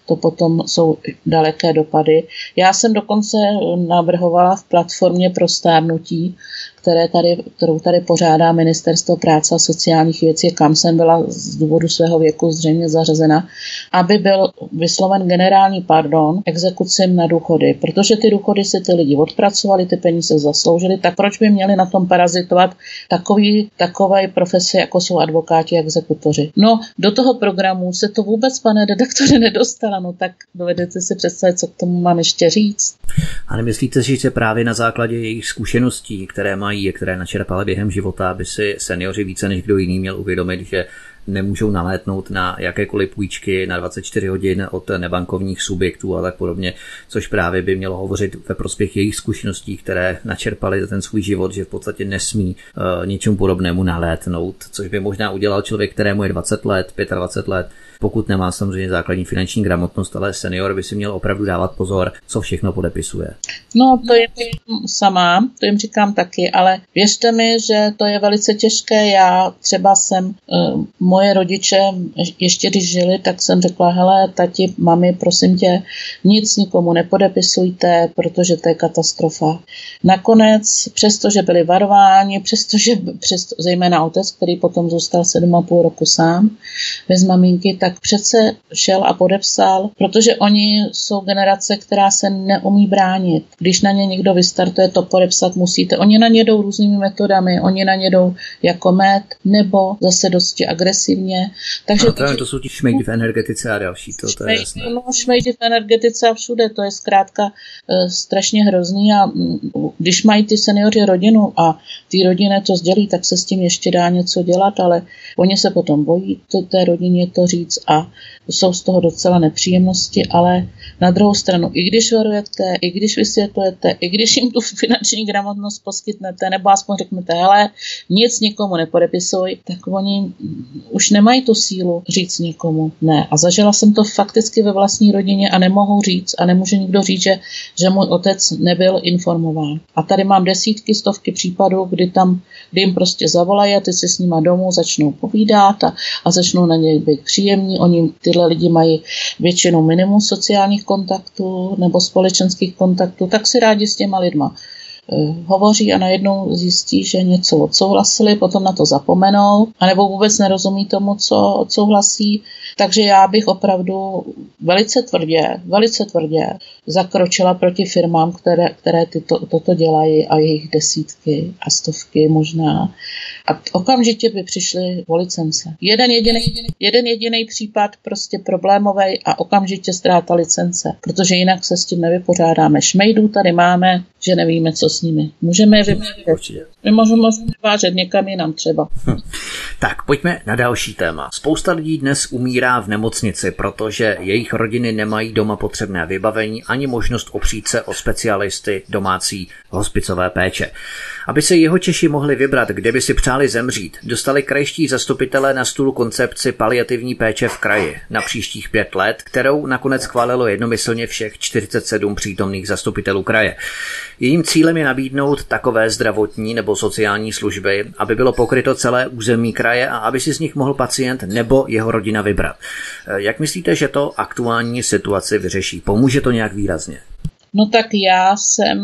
to potom jsou daleké dopady. Já jsem dokonce navrhovala v platformě pro stárnutí, které tady, kterou tady pořádá Ministerstvo práce a sociálních věcí, kam jsem byla z důvodu svého věku zřejmě zařazena, aby byl vysloven generální pardon exekucím na důchody, protože ty důchody si ty lidi odpracovali, ty peníze zasloužili, tak proč by měli na tom parazitovat takový, takové profese, jako jsou advokáti a exekutoři. No, do toho programu se to vůbec, pane redaktore, nedostala, no tak dovedete si představit, co k tomu mám ještě říct. A nemyslíte si, že právě na základě jejich zkušeností, které mají, které načerpali během života, aby si seniori více než kdo jiný měl uvědomit, že nemůžou nalétnout na jakékoliv půjčky na dvacet čtyři hodin od nebankovních subjektů a tak podobně, což právě by mělo hovořit ve prospěch jejich zkušeností, které načerpali za ten svůj život, že v podstatě nesmí uh, něčemu podobnému nalétnout, což by možná udělal člověk, kterému je dvacet let, dvacet pět let, pokud nemá samozřejmě základní finanční gramotnost, ale senior by si měl opravdu dávat pozor, co všechno podepisuje. No, to je sama, to jim říkám taky, ale věřte mi, že to je velice těžké. Já třeba jsem, moje rodiče, ještě když žili, tak jsem řekla, hele, tati, mami, prosím tě, nic nikomu nepodepisujte, protože to je katastrofa. Nakonec, přestože byli varováni, přestože, přesto, zejména otec, který potom zůstal sedm a půl roku sám bez maminky, tak přece šel a podepsal, protože oni jsou generace, která se neumí bránit. Když na ně někdo vystartuje, to podepsat musíte. Oni na ně jdou různými metodami, oni na ně jdou jako med, nebo zase dosti agresivně. Takže no, to, to jsou ti šmejdi v energetice a další, to, to je jasné. No, šmejdi v energetice a všude, to je zkrátka e, strašně hrozný a m, když mají ty seniori rodinu a ty rodiny to sdělí, tak se s tím ještě dá něco dělat, ale oni se potom bojí to, té rodině to říct a jsou z toho docela nepříjemnosti, ale na druhou stranu, i když varujete, i když vysvětlujete, i když jim tu finanční gramotnost poskytnete, nebo aspoň řeknete, hele, nic nikomu nepodepisuj, tak oni už nemají tu sílu říct nikomu ne. A zažila jsem to fakticky ve vlastní rodině a nemohu říct a nemůže nikdo říct, že, že můj otec nebyl informován. A tady mám desítky, stovky případů, kdy tam, kdy jim prostě zavolají a ty si s nima domů začnou povídat a, a začnou na něj být příjemní. Oni, tyhle lidi mají většinou minimum sociálních kontaktů nebo společenských kontaktů, tak si rádi s těma lidma hovoří a najednou zjistí, že něco odsouhlasili, potom na to zapomenou, anebo vůbec nerozumí tomu, co odsouhlasí. Takže já bych opravdu velice tvrdě, velice tvrdě zakročila proti firmám, které, které tyto, toto dělají a jejich desítky a stovky možná. A okamžitě by přišli o licence. Jeden jediný, jeden jediný případ prostě problémový a okamžitě ztráta licence, protože jinak se s tím nevypořádáme. Šmejdů tady máme, že nevíme, co s nimi. Můžeme je vyvážet. My můžeme vyvážet někam jinam třeba. Hm. Tak, pojďme na další téma. Spousta lidí dnes umírá v nemocnici, protože jejich rodiny nemají doma potřebné vybavení ani možnost opřít se o specialisty domácí hospicové péče. Aby se jeho Češi mohli vybrat, kde by si přáli zemřít, dostali krajští zastupitelé na stůl koncepci paliativní péče v kraji na příštích pět let, kterou nakonec schválilo jednomyslně všech čtyřicet sedm přítomných zastupitelů kraje. Jejím cílem je nabídnout takové zdravotní nebo sociální služby, aby bylo pokryto celé území kraje a aby si z nich mohl pacient nebo jeho rodina vybrat. Jak myslíte, že to aktuální situaci vyřeší? Pomůže to nějak výrazně? No tak já jsem,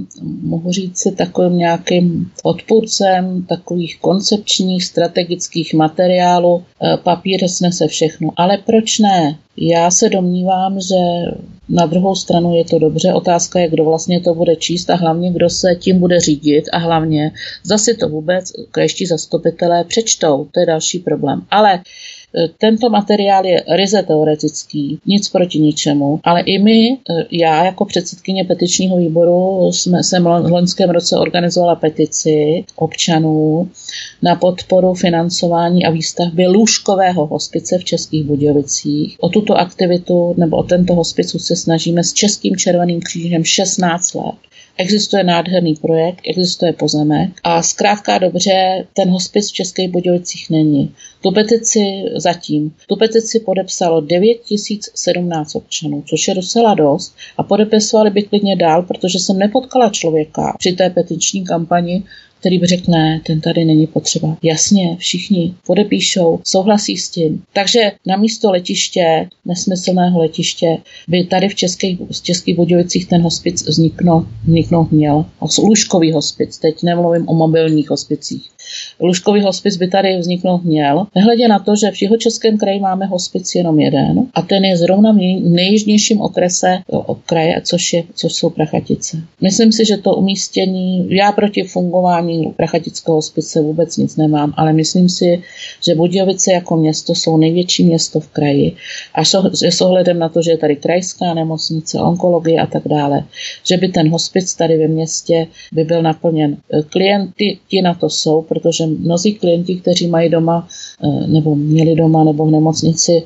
mohu říct si, takovým nějakým odpůrcem takových koncepčních, strategických materiálů. Papír snese všechno. Ale proč ne? Já se domnívám, že na druhou stranu je to dobře. Otázka je, kdo vlastně to bude číst a hlavně, kdo se tím bude řídit a hlavně, zda si to vůbec krajští zastupitelé přečtou. To je další problém. Ale tento materiál je ryze teoretický, nic proti ničemu, ale i my, já jako předsedkyně petičního výboru, jsme, jsem v loňském roce organizovala petici občanů na podporu financování a výstavby lůžkového hospice v Českých Budějovicích. O tuto aktivitu nebo o tento hospicu se snažíme s Českým červeným křížem šestnáct let. Existuje nádherný projekt, existuje pozemek a zkrátka dobře ten hospic v Českých Budějovicích není. Tu petici zatím, tu petici podepsalo devět tisíc sedmnáct občanů, což je docela dost a podepisovali by klidně dál, protože jsem nepotkala člověka při té petiční kampani, který by řekl, ne, ten tady není potřeba. Jasně, všichni podepíšou, souhlasí s tím. Takže na místo letiště, nesmyslného letiště, by tady v Českých, v Českých Budějovicích ten hospic vzniknout, vzniknout měl. Lůžkový hospic, teď nemluvím o mobilních hospicích. Lůžkový hospic by tady vzniknout měl. Nehledě na to, že v Jihočeském kraji máme hospic jenom jeden a ten je zrovna v nejjižnějším okrese kraje, což, je, což jsou Prachatice. Myslím si, že to umístění, já proti fungování Prachatického hospice vůbec nic nemám, ale myslím si, že Budějovice jako město jsou největší město v kraji a s ohledem na to, že je tady krajská nemocnice, onkologie a tak dále, že by ten hospic tady ve městě by byl naplněn. Klienti ti na to jsou, protože mnozí klienti, kteří mají doma nebo měli doma nebo v nemocnici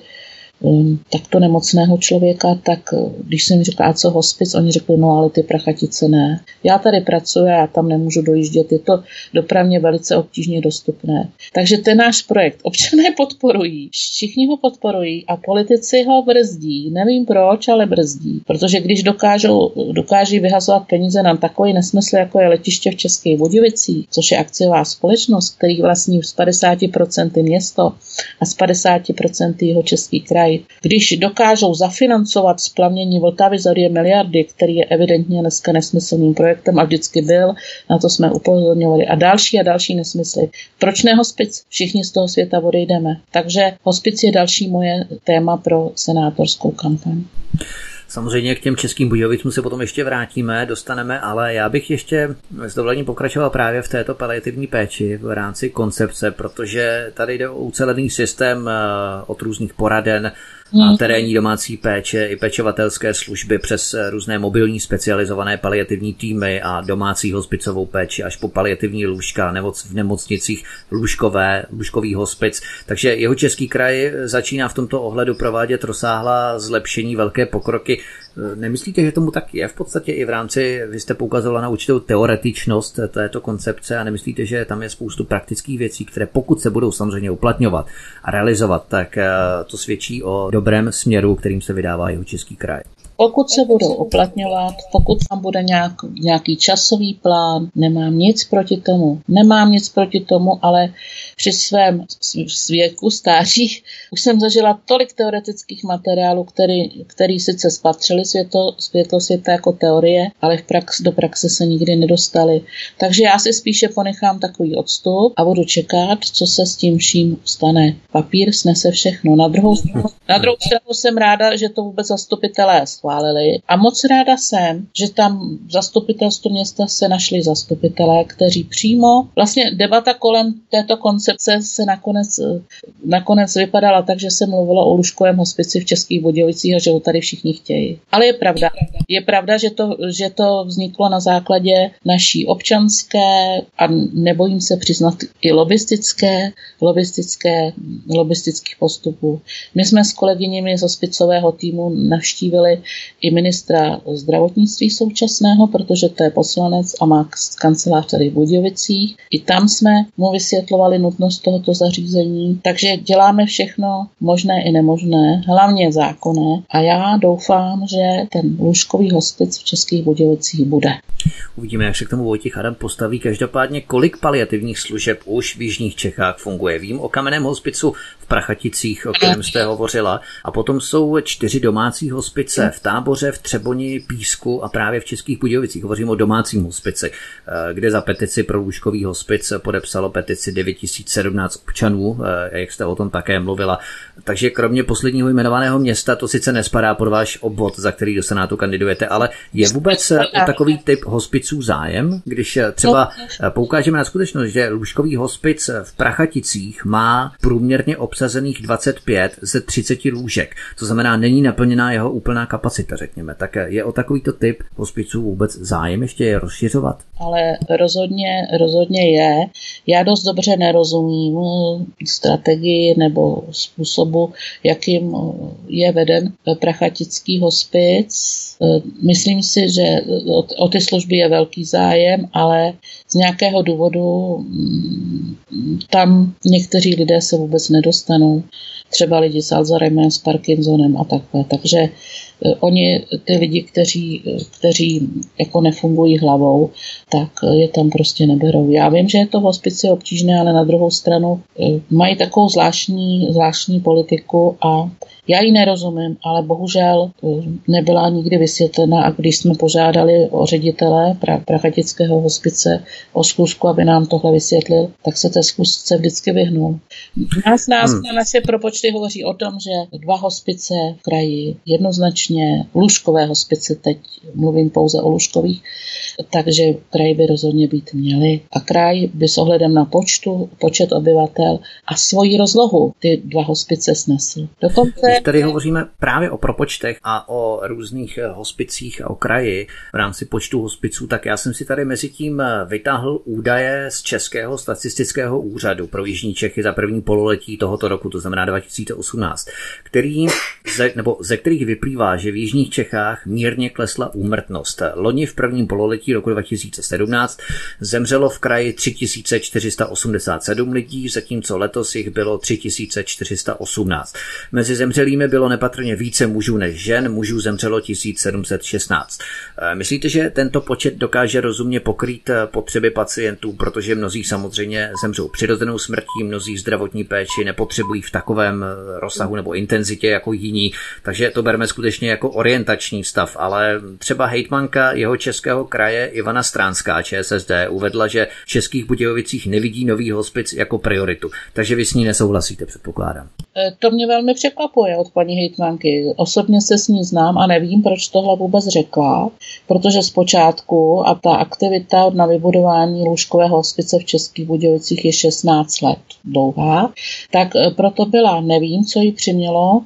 takto nemocného člověka, tak když jsem řekla, a co hospic, oni řekli, no ale ty Prachatice ne. Já tady pracuji, já tam nemůžu dojíždět, je to dopravně velice obtížně dostupné. Takže ten náš projekt občané podporují, všichni ho podporují a politici ho brzdí. Nevím proč, ale brzdí. Protože když dokážou, dokáží vyhazovat peníze na takový nesmysl, jako je letiště v Českých Budějovicích, což je akciová společnost, který vlastní z padesát procent město a z padesát procent jeho český kraj. Když dokážou zafinancovat splavnění Vltavy za dvě miliardy, který je evidentně dneska nesmyslným projektem a vždycky byl, na to jsme upozorňovali, a další a další nesmysly. Proč ne hospic? Všichni z toho světa odejdeme. Takže hospic je další moje téma pro senátorskou kampaň. Samozřejmě k těm Českým Budějovicům se potom ještě vrátíme, dostaneme, ale já bych ještě s dovolením pokračoval právě v této paliativní péči v rámci koncepce, protože tady jde o ucelený systém od různých poraden a terénní domácí péče i pečovatelské služby přes různé mobilní specializované paliativní týmy a domácí hospicovou péči až po paliativní lůžka nemoc, v nemocnicích lůžkové, lůžkový hospic. Takže Jihočeský kraj začíná v tomto ohledu provádět rozsáhlá zlepšení, velké pokroky. Nemyslíte, že tomu tak je v podstatě i v rámci, vy jste poukazovala na určitou teoretičnost této koncepce a nemyslíte, že tam je spoustu praktických věcí, které pokud se budou samozřejmě uplatňovat a realizovat, tak to svědčí o dobrém směru, kterým se vydává Jihočeský kraj? Pokud se budou uplatňovat, pokud tam bude nějak, nějaký časový plán, nemám nic proti tomu. Nemám nic proti tomu, ale při svém věku, stáří, už jsem zažila tolik teoretických materiálů, který, který sice spatřili světo, světosvěta jako teorie, ale v prax, do praxe se nikdy nedostali. Takže já si spíše ponechám takový odstup a budu čekat, co se s tím vším stane. Papír snese všechno. Na druhou, na druhou stranu jsem ráda, že to vůbec zastupitelé schválili. A moc ráda jsem, že tam v zastupitelstvu města se našli zastupitelé, kteří přímo, vlastně debata kolem této koncepce se nakonec, nakonec vypadala tak, že se mluvilo o lůžkovém hospici v Českých Budějovicích a že ho tady všichni chtějí. Ale je pravda, je pravda, že to, že to vzniklo na základě naší občanské a nebojím se přiznat i lobistické, lobistické, lobistických postupů. My jsme s kolegyněmi z hospicového týmu navštívili i ministra zdravotnictví současného, protože to je poslanec a má kancelář tady v Budějovicích. I tam jsme mu vysvětlovali nutnost tohoto zařízení, takže děláme všechno možné i nemožné, hlavně zákonné a já doufám, že ten lůžkový hospic v Českých Budějovicích bude. Uvidíme, jak se k tomu Vojtěch Adam postaví. Každopádně, kolik paliativních služeb už v jižních Čechách funguje? Vím o kamenném hospicu v Prachaticích, o kterém jste hovořila, a potom jsou čtyři domácí hospice v Táboře, v Třeboni, Písku a právě v Českých Budějovicích. Hovořím o domácím hospici, kde za petici pro lůžkový hospic podepsalo petici devět tisíc sedmnáct občanů, jak jste o tom také mluvila. Takže kromě posledního jmenovaného města, to sice nespadá pod váš obvod, za který do Senátu kandidujete, ale je vůbec o takový typ hospiců zájem, když třeba poukážeme na skutečnost, že lůžkový hospic v Prachaticích má průměrně obsazených dvacet pět ze třiceti lůžek. To znamená, není naplněná jeho úplná kapacita, řekněme. Tak je o takovýto typ hospiců vůbec zájem ještě je rozšiřovat? Ale rozhodně, rozhodně je. Já dost dobře nerozumím strategii nebo způsobu, jakým je veden Prachatický hospic. Myslím si, že o ty služby je velký zájem, ale z nějakého důvodu tam někteří lidé se vůbec nedostanou. Třeba lidi s Alzheimerem, s Parkinsonem a takové. Takže oni, ty lidi, kteří, kteří jako nefungují hlavou, tak je tam prostě neberou. Já vím, že je to v hospici obtížné, ale na druhou stranu mají takovou zvláštní, zvláštní politiku a já ji nerozumím, ale bohužel nebyla nikdy vysvětlena a když jsme požádali o ředitele Prachatického hospice o zkusku, aby nám tohle vysvětlil, tak se té zkusce vždycky vyhnul. Nás, nás hmm. naše propočty hovoří o tom, že dva hospice v kraji, jednoznačně lůžkové hospice, teď mluvím pouze o lůžkových, takže kraj by rozhodně být měli. A kraj by s ohledem na počtu, počet obyvatel a svoji rozlohu ty dva hospice snesl. Dokonce tady hovoříme právě o propočtech a o různých hospicích a o kraji v rámci počtu hospiců, tak já jsem si tady mezi tím vytáhl údaje z Českého statistického úřadu pro jižní Čechy za první pololetí tohoto roku, to znamená dva tisíce osmnáct, který, ze, nebo ze kterých vyplývá, že v jižních Čechách mírně klesla úmrtnost. Loni v prvním pololetí roku dva tisíce sedmnáct zemřelo v kraji tři tisíce čtyři sta osmdesát sedm lidí, zatímco letos jich bylo tři tisíce čtyři sta osmnáct. Mezi zemřelými bylo nepatrně více mužů než žen, mužů zemřelo tisíc sedm set šestnáct. Myslíte, že tento počet dokáže rozumně pokrýt potřeby pacientů, protože mnozí samozřejmě zemřou přirozenou smrtí, mnozí zdravotní péči nepotřebují v takovém rozsahu nebo intenzitě jako jiní, takže to bereme skutečně jako orientační stav, ale třeba hejtmanka jeho českého kraje Ivana Stránská, ČSSD, uvedla, že v Českých Budějovicích nevidí nový hospic jako prioritu, takže vy s ní nesouhlasíte, předpokládám. To mě velmi překvapuje od paní hejtmanky. Osobně se s ní znám a nevím, proč tohle vůbec řekla, protože zpočátku a ta aktivita na vybudování lůžkového hospice v Českých Budějovicích je šestnáct let dlouhá, tak proto byla, nevím, co jí přimělo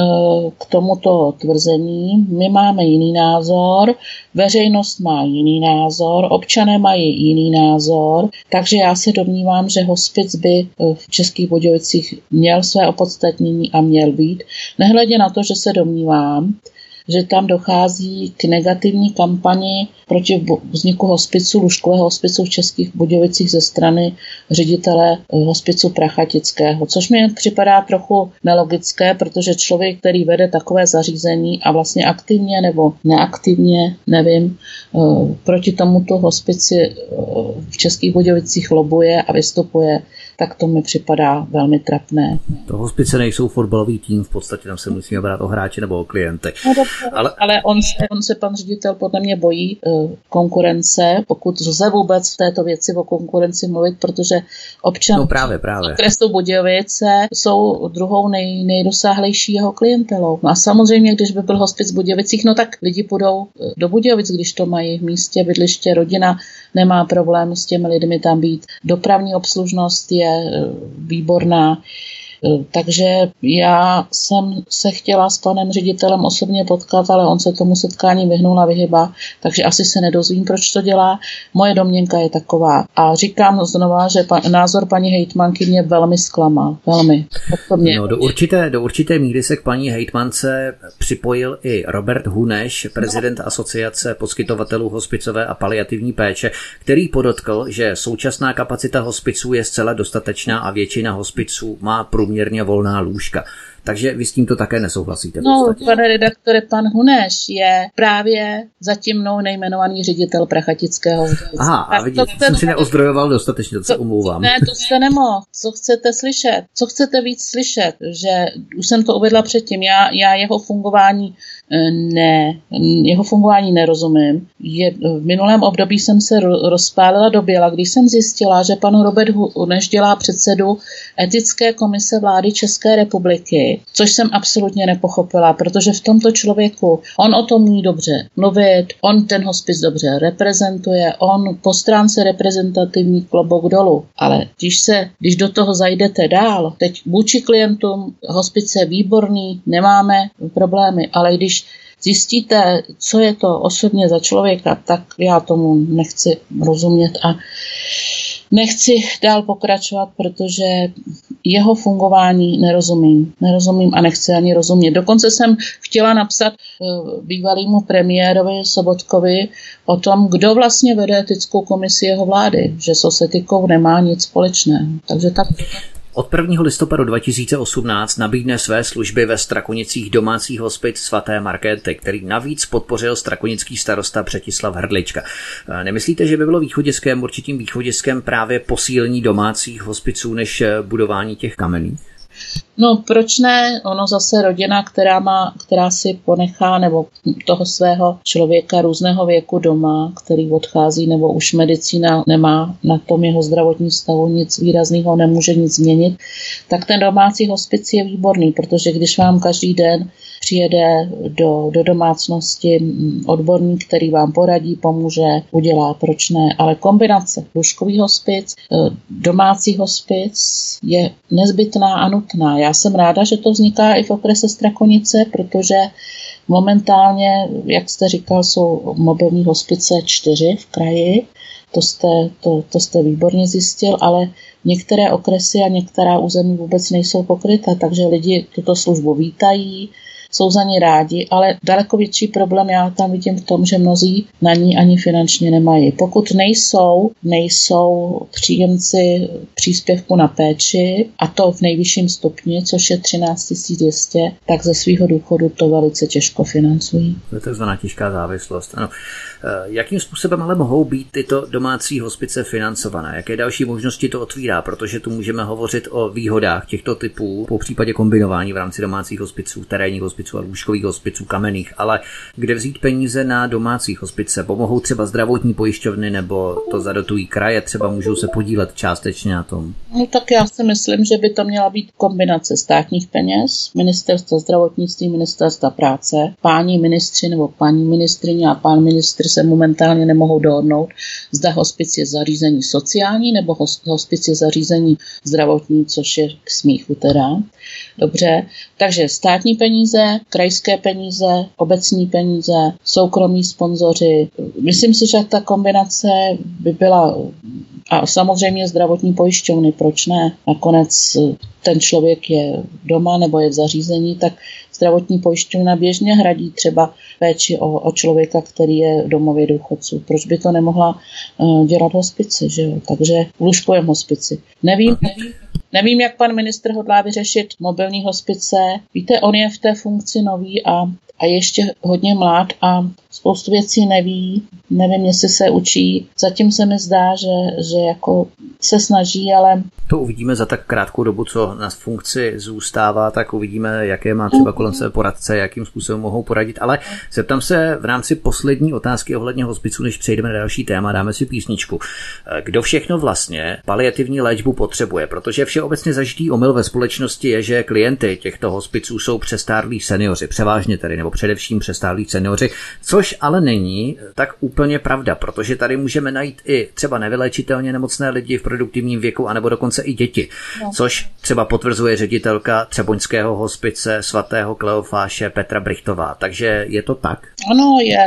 k tomuto tvrzení. My máme jiný názor, veřejnost má jiný názor, občané mají jiný názor, takže já se domnívám, že hospic by v Českých Budějovicích měl své opodstatnění a měl být. Nehledě na to, že se domnívám, že tam dochází k negativní kampani proti vzniku hospicu, lůžkového hospicu v Českých Budějovicích ze strany ředitele hospicu Prachatického, což mi připadá trochu nelogické, protože člověk, který vede takové zařízení a vlastně aktivně nebo neaktivně, nevím, proti tomuto hospici v Českých Budějovicích lobuje a vystupuje, tak to mi připadá velmi trapné. To hospice nejsou fotbalový tým, v podstatě tam se musíme brát o hráče nebo o klienty. No, ale ale on, se, on se, pan ředitel, podle mě bojí uh, konkurence, pokud lze vůbec v této věci o konkurenci mluvit, protože občan no právě, právě. okresu Budějovice jsou druhou nej, nejdosáhlejší jeho klientelou. No a samozřejmě, když by byl hospic v Budějovicích, no tak lidi půjdou do Budějovic, když to mají v místě, bydliště, rodina nemá problém s těmi lidmi tam být. Dopravní obslužnost je výborná. Takže já jsem se chtěla s panem ředitelem osobně potkat, ale on se tomu setkání vyhnul a vyhybá, takže asi se nedozvím, proč to dělá. Moje domněnka je taková. A říkám znova, že pa, názor paní hejtmanky mě velmi zklamal. Velmi. Osobně. No, do určité, do určité míry se k paní hejtmance připojil i Robert Huneš, prezident no. Asociace poskytovatelů hospicové a paliativní péče, který podotkl, že současná kapacita hospiců je zcela dostatečná a většina hospiců má průměr měrně volná lůžka. Takže vy s tímto také nesouhlasíte? No, pane redaktore, pan Huneš je právě zatím mnou nejmenovaný ředitel Prachatického. Aha, a vidíte, to jsem si neozdrojoval dostatečně, to se omlouvám. Ne, to jste nemohl. Co chcete slyšet? Co chcete víc slyšet? Že už jsem to uvedla předtím, já, já jeho fungování ne, jeho fungování nerozumím. Je, v minulém období jsem se rozpálila do běla, když jsem zjistila, že pan Robert Huneš dělá předsedu etické komise vlády České republiky, což jsem absolutně nepochopila, protože v tomto člověku, on o tom umí dobře mluvit, on ten hospic dobře reprezentuje, on po stránce reprezentativní klobouk dolů, ale když se, když do toho zajdete dál, teď vůči klientům hospice výborný, nemáme problémy, ale když zjistíte, co je to osobně za člověka, tak já tomu nechci rozumět a Nechci dál pokračovat, protože jeho fungování nerozumím. Nerozumím a nechci ani rozumět. Dokonce jsem chtěla napsat bývalému premiérovi Sobotkovi o tom, kdo vlastně vede etickou komisi jeho vlády, že s etikou nemá nic společného. Takže tak... Od prvního listopadu dva tisíce osmnáct nabídne své služby ve Strakonicích domácí hospic svaté Markéty, který navíc podpořil strakonický starosta Břetislav Hrdlička. Nemyslíte, že by bylo východiskem, určitým východiskem právě posílení domácích hospiců než budování těch kamenných? No proč ne? Ono zase rodina, která má, která si ponechá nebo toho svého člověka různého věku doma, který odchází nebo už medicína nemá na tom jeho zdravotní stavu nic výrazného, nemůže nic změnit, tak ten domácí hospic je výborný, protože když vám každý den přijede do, do domácnosti odborník, který vám poradí, pomůže, udělá, proč ne. Ale kombinace lůžkový hospic, domácí hospic je nezbytná a nutná. Já jsem ráda, že to vzniká i v okrese Strakonice, protože momentálně, jak jste říkal, jsou mobilní hospice čtyři v kraji. To jste, to, to jste výborně zjistil, ale některé okresy a některá území vůbec nejsou pokryta, takže lidi tuto službu vítají, jsou za ní rádi, ale daleko větší problém já tam vidím v tom, že mnozí na ní ani finančně nemají. Pokud nejsou, nejsou příjemci příspěvku na péči, a to v nejvyšším stupni, což je třináct tisíc dvě stě, tak ze svého důchodu to velice těžko financují. To je takzvaná těžká závislost. Ano. Jakým způsobem ale mohou být tyto domácí hospice financované? Jaké další možnosti to otvírá? Protože tu můžeme hovořit o výhodách těchto typů, po případě kombinování v rámci domácích hospiců, terénních hospiců a lůžkových hospiců kamenných, ale kde vzít peníze na domácí hospice? Pomohou třeba zdravotní pojišťovny nebo to zadotují kraje, třeba můžou se podílet částečně na tom? No tak já si myslím, že by to měla být kombinace státních peněz, ministerstva zdravotnictví, ministerstva práce, páni ministři nebo paní ministryně a pán ministr se momentálně nemohou dohodnout, zda hospic je zařízení sociální nebo hospic je zařízení zdravotní, což je k smíchu teda. Dobře, takže státní peníze, krajské peníze, obecní peníze, soukromí sponzoři. Myslím si, že ta kombinace by byla, a samozřejmě zdravotní pojišťovny, proč ne? Nakonec ten člověk je doma nebo je v zařízení, tak zdravotní pojišťovna běžně hradí třeba péči o, o člověka, který je v domově důchodců. Proč by to nemohla uh, dělat hospici, že jo? Takže v lůžkovém hospici. Nevím, nevím. Nevím, jak pan ministr hodlá vyřešit mobilní hospice. Víte, on je v té funkci nový a, a ještě hodně mlád a spoustu věcí neví. Nevím, jestli se učí. Zatím se mi zdá, že, že jako se snaží, ale... To uvidíme za tak krátkou dobu, co na funkci zůstává, tak uvidíme, jaké má třeba kolem sebe poradce, jakým způsobem mohou poradit. Ale zeptám se v rámci poslední otázky ohledně hospiců, než přejdeme na další téma, dáme si písničku. Kdo všechno vlastně paliativní léčbu potřebuje? Protože všeobecně zažitý omyl ve společnosti je, že klienty těchto hospiců jsou přestárlí seniori, převážně tedy, nebo především přestárlí seniori, což ale není tak úplně pravda, protože tady můžeme najít i třeba nevyléčitelně nemocné lidi v produktivním věku, anebo dokonce i děti, no. Což třeba potvrzuje ředitelka třeboňského hospice svatého Kleofáše Petra Brichtová. Takže je to tak? Ano, je.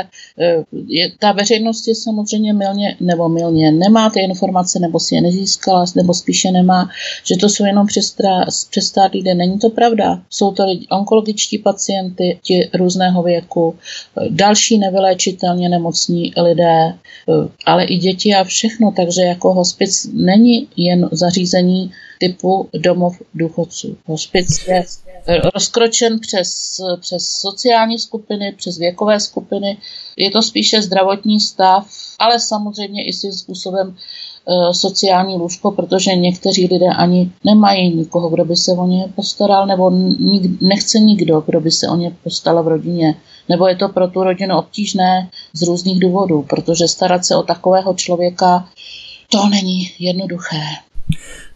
je ta veřejnost je samozřejmě mylně nebo mylně nemá ty informace, nebo si je nezískala, nebo spíše nemá, že to jsou jenom přestárlí lidé. Není to pravda. Jsou to lidi, onkologičtí pacienty, ti různého věku, další nevyléčitelně nemocní lidé, ale i děti a všechno. Takže jako hospic není jen zařízení typu domov důchodců. Hospic je rozkročen přes, přes sociální skupiny, přes věkové skupiny. Je to spíše zdravotní stav, ale samozřejmě i svým způsobem e, sociální lůžko, protože někteří lidé ani nemají nikoho, kdo by se o ně postaral, nebo nik, nechce nikdo, kdo by se o ně postaral v rodině. Nebo je to pro tu rodinu obtížné z různých důvodů, protože starat se o takového člověka, to není jednoduché.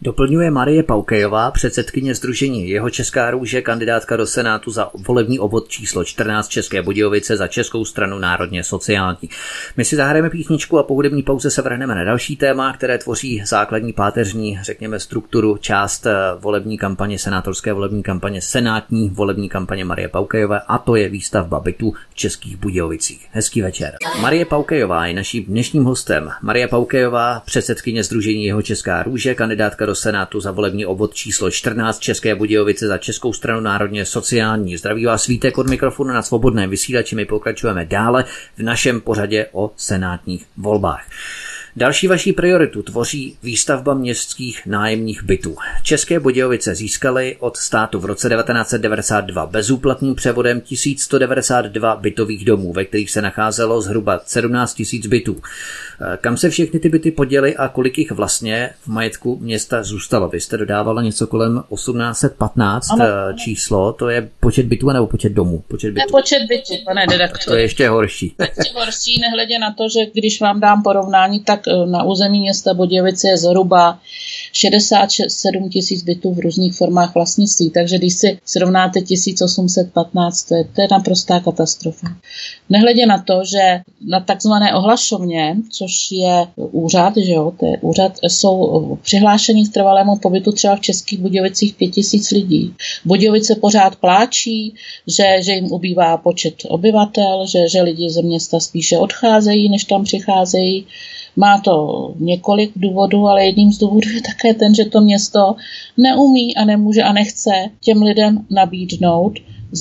Doplňuje Marie Paukejová, předsedkyně sdružení Jeho Česká růže, kandidátka do Senátu za volební obvod číslo čtrnáct České Budějovice za Českou stranu národně sociální. My si zahrajeme písničku a po hudební pauze se vrhneme na další téma, které tvoří základní páteřní, řekněme, strukturu, část volební kampaně, senátorské volební kampaně, senátní volební kampaně Marie Paukejové, a to je výstavba bytů v Českých Budějovicích. Hezký večer. Marie Paukejová je naším dnešním hostem. Marie Paukejová, předsedkyně sdružení Jeho Česká růže, kandidátka do Senátu za volební obvod číslo čtrnáct České Budějovice za Českou stranu národně sociální. Zdraví vás Vítek od mikrofonu na Svobodném vysílači. My pokračujeme dále v našem pořadě o senátních volbách. Další vaší prioritu tvoří výstavba městských nájemních bytů. České Budějovice získaly od státu v roce devatenáct set devadesát dva bezúplatným převodem tisíc sto devadesát dva bytových domů, ve kterých se nacházelo zhruba sedmnáct tisíc bytů. Kam se všechny ty byty poděly a kolik jich vlastně v majetku města zůstalo? Vy jste dodávala něco kolem osmnáct set patnáct ano. Číslo, to je počet bytů nebo počet domů? Počet bytů. Ne, počet bytů, pane redaktor. To je ještě horší. Ještě horší, nehledě na to, že když vám dám porovnání, tak na území města Budějovice je zhruba šedesát sedm tisíc bytů v různých formách vlastnictví, takže když si srovnáte tisíc osm set patnáct, to je, to je naprostá katastrofa. Nehledě na to, že na takzvané ohlašovně, což je úřad, že jo, to je úřad, jsou přihlášení k trvalému pobytu třeba v Českých Budějovicích pět tisíc lidí. Budějovice pořád pláčí, že, že jim ubývá počet obyvatel, že, že lidi ze města spíše odcházejí, než tam přicházejí. Má to několik důvodů, ale jedním z důvodů je také ten, že to město neumí a nemůže a nechce těm lidem nabídnout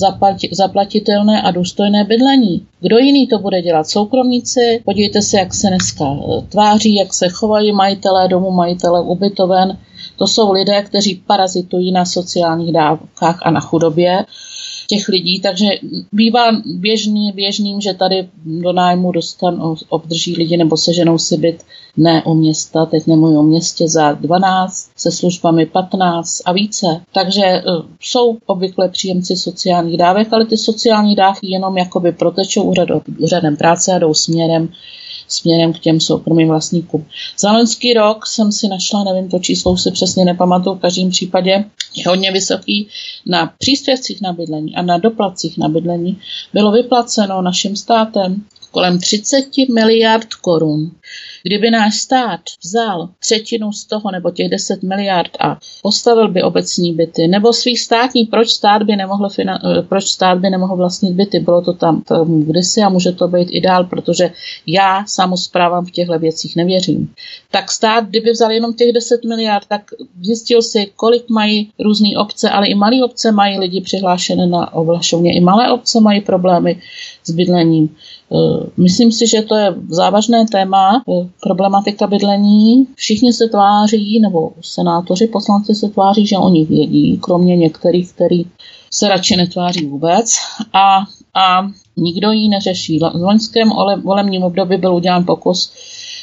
zaplatitelné a důstojné bydlení. Kdo jiný to bude dělat? Soukromníci? Podívejte se, jak se dneska tváří, jak se chovají majitelé domů, majitelé ubytoven. To jsou lidé, kteří parazitují na sociálních dávkách a na chudobě těch lidí, takže bývá běžný, běžným, že tady do nájmu dostanou, obdrží lidi nebo seženou si byt ne u města, teď nemluví o městě, za dvanáct, se službami patnáct a více. Takže uh, jsou obvykle příjemci sociálních dávek, ale ty sociální dávky jenom jakoby protečou úřadem, úřadem práce a jdou směrem směrem k těm soukromým vlastníkům. Za loňský rok jsem si našla, nevím, to číslo už si přesně nepamatuju, v každém případě je hodně vysoký, na příspěvcích na bydlení a na doplatcích na bydlení bylo vyplaceno naším státem kolem třicet miliard korun. Kdyby náš stát vzal třetinu z toho nebo těch deset miliard a postavil by obecní byty nebo svých státní, proč stát by nemohl, finan- proč stát by nemohl vlastnit byty? Bylo to tam, tam kdysi a může to být i dál, protože já samosprávám v těchto věcích nevěřím. Tak stát, kdyby vzal jenom těch deset miliard, tak zjistil si, kolik mají různé obce, ale i malé obce mají lidi přihlášené na ohlašovně. I malé obce mají problémy s bydlením. Myslím si, že to je závažné téma, problematika bydlení. Všichni se tváří, nebo senátoři, poslanci se tváří, že oni vědí, kromě některých, který se radši netváří vůbec. A, a nikdo ji neřeší. V loňském volebním období byl udělán pokus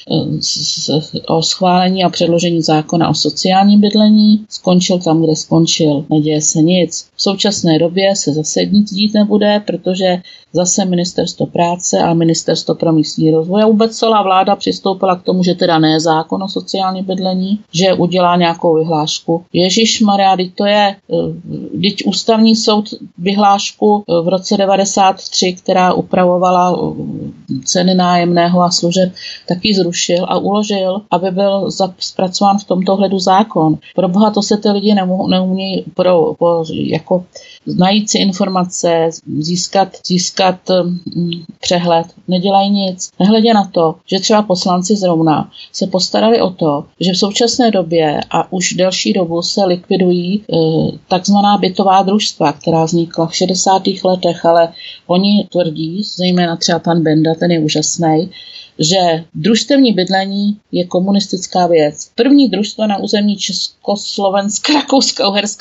o schválení a předložení zákona o sociálním bydlení. Skončil tam, kde skončil. Neděje se nic. V současné době se zase nic dít nebude, protože zase ministerstvo práce a ministerstvo pro místní rozvoj a vůbec celá vláda přistoupila k tomu, že teda ne zákon o sociálním bydlení, že udělá nějakou vyhlášku. Ježišmarja, to je, když ústavní soud vyhlášku v roce devadesát tři, která upravovala ceny nájemného a služeb, taky zrušil a uložil, aby byl zpracován v tomto hledu zákon. Pro boha to se ty lidi neumějí pro, pro, jako najít si informace, získat, získat um, přehled, nedělají nic. Nehledě na to, že třeba poslanci zrovna se postarali o to, že v současné době a už delší dobu se likvidují uh, takzvaná bytová družstva, která vznikla v šedesátých letech, ale oni tvrdí, zejména třeba pan Benda, ten je úžasný, že družstevní bydlení je komunistická věc. První družstva na území Československa, Rakouska, Uherska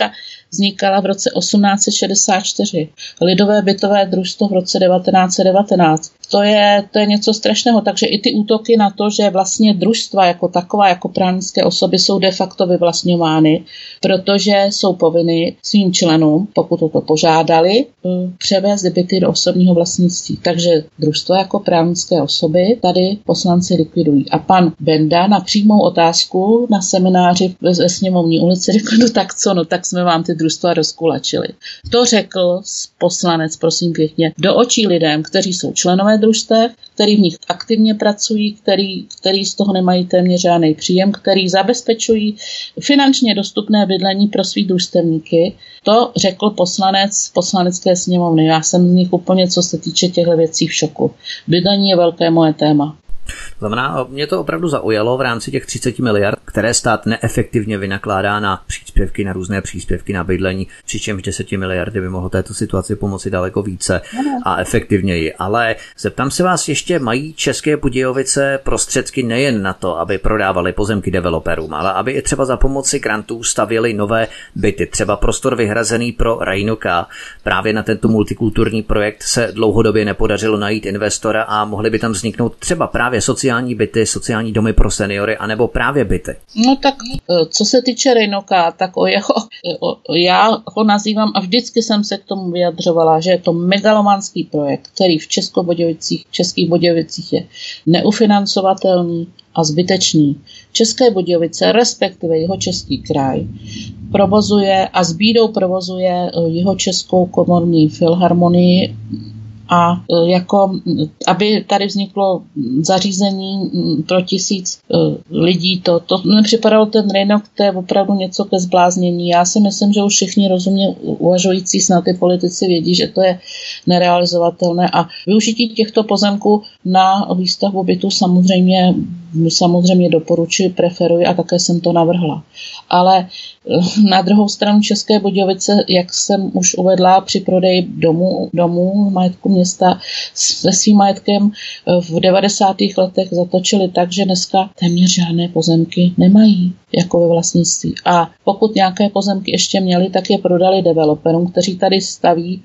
vznikala v roce osmnáct set šedesát čtyři. Lidové bytové družstvo v roce devatenáct set devatenáct. To je, to je něco strašného, takže i ty útoky na to, že vlastně družstva jako taková, jako právnické osoby jsou de facto vyvlastňovány, protože jsou povinny svým členům, pokud o to požádali, převést byty do osobního vlastnictví. Takže družstvo jako právnické osoby tady poslanci likvidují. A pan Benda na přímou otázku na semináři ve Sněmovní ulici řekl, no tak co, no tak jsme vám ty družstva rozkulačili. To řekl poslanec, prosím pěkně, do očí lidem, kteří jsou členové družstev, který v nich aktivně pracují, který, který z toho nemají téměř žádný příjem, který zabezpečují finančně dostupné bydlení pro svý družstevníky. To řekl poslanec poslanecké sněmovny. Já jsem z nich úplně, co se týče těchto věcí, v šoku. Bydlení je velké moje téma. To znamená, mě to opravdu zaujalo v rámci těch třicet miliard, které stát neefektivně vynakládá na příspěvky, na různé příspěvky na bydlení, přičemž deset miliardy by mohlo této situaci pomoci daleko více a efektivněji. Ale zeptám se vás ještě, mají České Budějovice prostředky nejen na to, aby prodávali pozemky developerům, ale aby i třeba za pomoci grantů stavěli nové byty, třeba prostor vyhrazený pro Rajnoka. Právě na tento multikulturní projekt se dlouhodobě nepodařilo najít investora a mohly by tam vzniknout třeba právě sociální byty, sociální domy pro seniory, anebo právě byty. No tak, co se týče Rejnoka, tak o jeho, o, já ho nazývám a vždycky jsem se k tomu vyjadřovala, že je to megalomanský projekt, který v Českobudějovicích, v Českých Budějovicích je neufinancovatelný a zbytečný. České Budějovice, respektive Jihočeský kraj, provozuje a s bídou provozuje Jihočeskou komorní filharmonii, a jako, aby tady vzniklo zařízení pro tisíc lidí, to, to mi připadalo ten Rejnok, to je opravdu něco ke zbláznění. Já si myslím, že už všichni rozumně uvažující snad ty politici vědí, že to je nerealizovatelné a využití těchto pozemků na výstavbu bytu samozřejmě, samozřejmě doporučuji, preferuji a také jsem to navrhla. Ale na druhou stranu České Budějovice, jak jsem už uvedla, při prodeji domů, domů majetku města se svým majetkem v devadesátých letech zatočili tak, že dneska téměř žádné pozemky nemají jako ve vlastnictví. A pokud nějaké pozemky ještě měli, tak je prodali developerům, kteří tady staví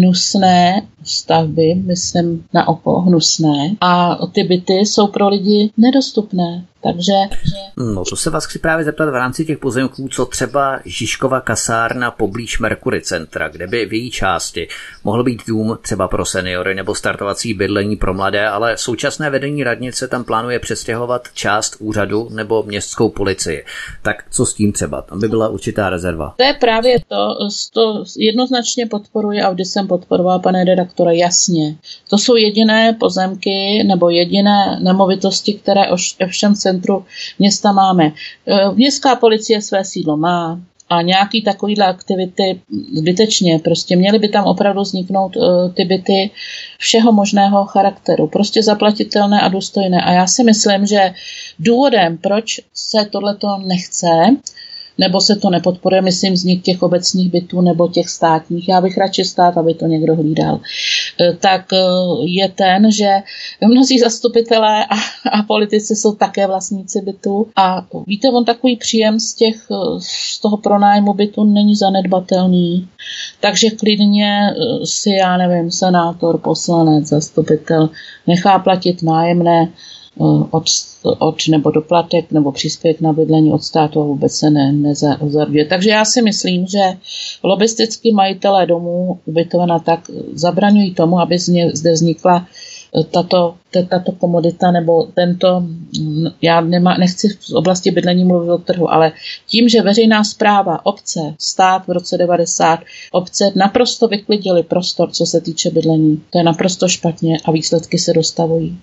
hnusné stavby, myslím na oko hnusné, a ty byty jsou pro lidi nedostupné. Takže... No to se vás chci právě zeptat v rámci těch pozemků, co třeba Žižkova kasárna poblíž Mercury centra, kde by v její části mohl být dům třeba pro seniory nebo startovací bydlení pro mladé, ale současné vedení radnice tam plánuje přestěhovat část úřadu nebo městskou policii. Tak co s tím třeba? Tam by byla určitá rezerva. To je právě to, to jednoznačně podporuje a vždy jsem podporovala, pane redaktora, jasně. To jsou jediné pozemky nebo jediné nemovitosti, které ovšem centru města máme. Městská policie své sídlo má a nějaký takovýhle aktivity zbytečně. Prostě měly by tam opravdu vzniknout uh, ty byty všeho možného charakteru. Prostě zaplatitelné a důstojné. A já si myslím, že důvodem, proč se tohleto nechce, nebo se to nepodporuje, myslím, vznik těch obecních bytů nebo těch státních, já bych radši stát, aby to někdo hlídal, tak je ten, že mnozí zastupitelé a, a politici jsou také vlastníci bytů a víte, on takový příjem z, těch, z toho pronájmu bytu není zanedbatelný, takže klidně si, já nevím, senátor, poslanec, zastupitel nechá platit nájemné od, od nebo doplatek nebo příspěvek na bydlení od státu a vůbec se ne, nezarvě. Takže já si myslím, že lobistický majitelé domů ubytovaná tak zabraňují tomu, aby zde vznikla tato, tato komodita nebo tento, já nema, nechci v oblasti bydlení mluvit o trhu, ale tím, že veřejná správa, obce, stát v roce devadesát, obce naprosto vyklidili prostor, co se týče bydlení. To je naprosto špatně a výsledky se dostavují.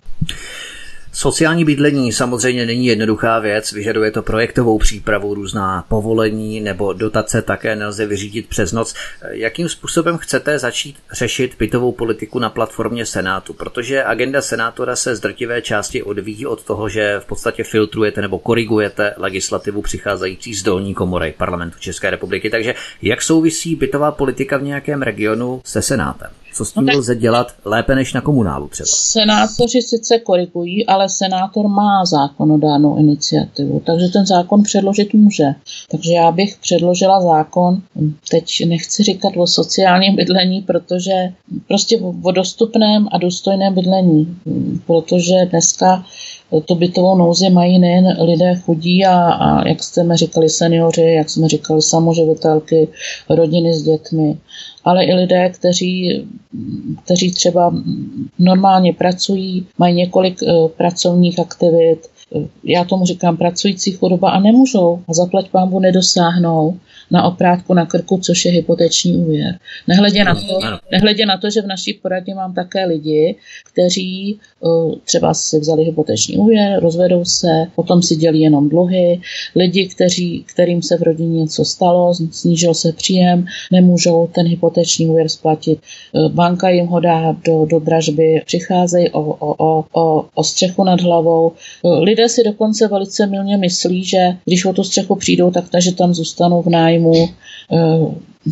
Sociální bydlení samozřejmě není jednoduchá věc, vyžaduje to projektovou přípravu, různá povolení nebo dotace také nelze vyřídit přes noc. Jakým způsobem chcete začít řešit bytovou politiku na platformě Senátu? Protože agenda senátora se z drtivé části odvíjí od toho, že v podstatě filtrujete nebo korigujete legislativu přicházející z dolní komory Parlamentu České republiky. Takže jak souvisí bytová politika v nějakém regionu se Senátem? Co s tím no lze dělat lépe než na komunálu třeba? Senátoři sice korigují, ale senátor má zákonodárnou iniciativu, takže ten zákon předložit může. Takže já bych předložila zákon, teď nechci říkat o sociálním bydlení, protože prostě o dostupném a důstojném bydlení, protože dneska tu bytovou nouzi mají nejen lidé chudí a, a jak jsme říkali seniori, jak jsme říkali samoživitelky, rodiny s dětmi, ale i lidé, kteří, kteří třeba normálně pracují, mají několik uh, pracovních aktivit, já tomu říkám pracující chudoba a nemůžou a zaplať pánbu nedosáhnou na oprátku na krku, což je hypoteční úvěr. Nehledě na to, nehledě na to, že v naší poradně mám také lidi, kteří uh, třeba si vzali hypoteční úvěr, rozvedou se, potom si dělí jenom dluhy. Lidi, kteří, kterým se v rodině něco stalo, snížil se příjem, nemůžou ten hypoteční úvěr splatit. Uh, banka jim ho dá do, do dražby, přicházejí o, o, o, o střechu nad hlavou. Uh, lidé si dokonce velice mylně myslí, že když o tu střechu přijdou, tak takže tam zůstanou v nájmu. Uh,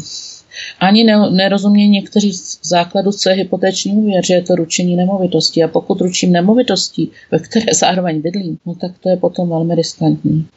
ani ne, nerozumí někteří z základu, co je hypoteční úvěr, že je to ručení nemovitosti. A pokud ručím nemovitostí, ve které zároveň bydlím, no tak to je potom velmi riskantní.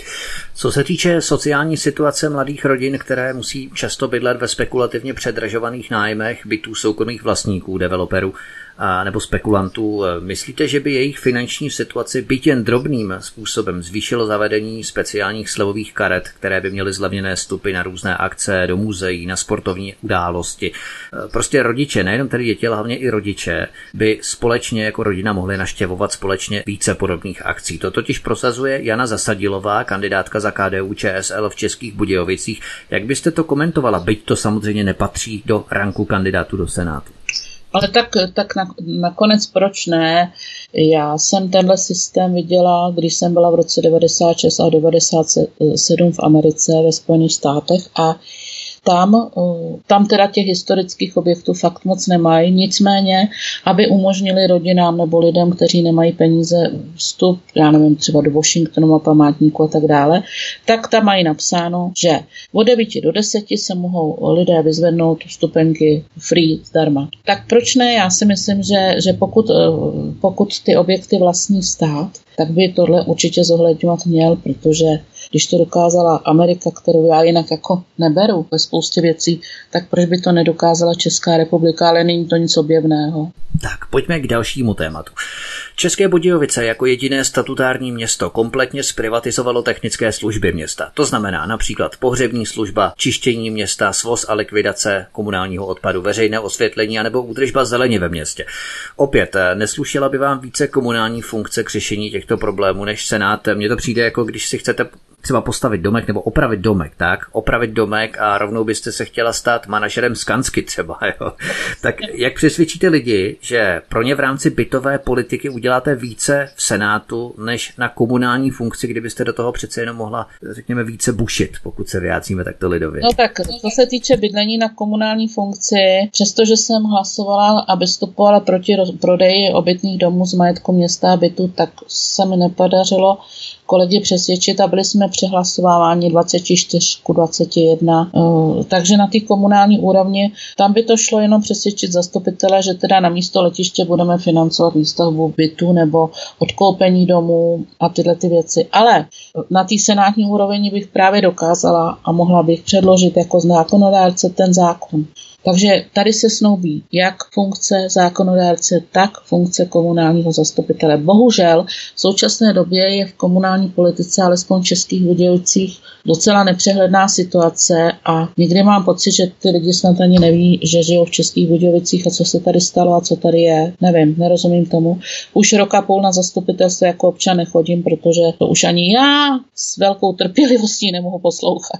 Co se týče sociální situace mladých rodin, které musí často bydlet ve spekulativně předražovaných nájmech bytů soukromých vlastníků, developerů a nebo spekulantů, myslíte, že by jejich finanční situaci byť jen drobným způsobem zvýšilo zavedení speciálních slevových karet, které by měly zlevněné vstupy na různé akce, do muzeí, na sportovní události? Prostě rodiče, nejenom tedy děti, ale hlavně i rodiče, by společně jako rodina mohli navštěvovat společně více podobných akcí. To totiž prosazuje Jana Zasadilová, kandidátka za K D U Č S L v Českých Budějovicích. Jak byste to komentovala, byť to samozřejmě nepatří do ranku kandidátů do Senátu? Ale tak, tak na, nakonec proč ne? Já jsem tenhle systém viděla, když jsem byla v roce devadesát šest a devadesát sedm v Americe, ve Spojených státech a tam, tam teda těch historických objektů fakt moc nemají, nicméně, aby umožnili rodinám nebo lidem, kteří nemají peníze vstup, já nevím, třeba do Washingtonu a památníku a tak dále, tak tam mají napsáno, že od devíti do deseti se mohou lidé vyzvednout vstupenky free, zdarma. Tak proč ne? Já si myslím, že, že pokud, pokud ty objekty vlastní stát, tak by tohle určitě zohledňovat měl, protože když to dokázala Amerika, kterou já jinak jako neberu ve spoustě věcí, tak proč by to nedokázala Česká republika, ale není to nic objevného. Tak, pojďme k dalšímu tématu. České Budějovice jako jediné statutární město kompletně zprivatizovalo technické služby města. To znamená například pohřební služba, čištění města, svoz a likvidace komunálního odpadu, veřejné osvětlení anebo údržba zeleně ve městě. Opět, neslušela by vám více komunální funkce k řešení těchto problémů než Senát? Mně to přijde jako když si chcete třeba postavit domek nebo opravit domek, tak? Opravit domek a rovnou byste se chtěla stát manažerem Skansky třeba, jo? Tak jak přesvědčíte lidi, že pro ně v rámci bytové politiky uděláte více v Senátu než na komunální funkci, kdybyste do toho přece jenom mohla, řekněme, více bušit, pokud se vyjádříme takto lidově? No tak, co se týče bydlení na komunální funkci, přestože jsem hlasovala a vystupovala proti roz- prodeji obytných domů z majetku města a bytu, tak se mi nepodařilo kolegy přesvědčit a byli jsme přehlasováváni dvacet čtyři ku dvaceti jednomu. Uh, takže na té komunální úrovni tam by to šlo jenom přesvědčit zastupitele, že teda na místo letiště budeme financovat výstavbu bytu nebo odkoupení domů a tyhle ty věci. Ale na té senátní úrovni bych právě dokázala a mohla bych předložit jako zákonodárce ten zákon. Takže tady se snoubí jak funkce zákonodárce, tak funkce komunálního zastupitele. Bohužel v současné době je v komunální politice, alespoň v Českých Budějovicích, docela nepřehledná situace a někdy mám pocit, že ty lidi snad ani neví, že žijou v Českých Budějovicích a co se tady stalo a co tady je. Nevím, nerozumím tomu. Už roka půl na zastupitelstvo jako občan nechodím, protože to už ani já s velkou trpělivostí nemohu poslouchat.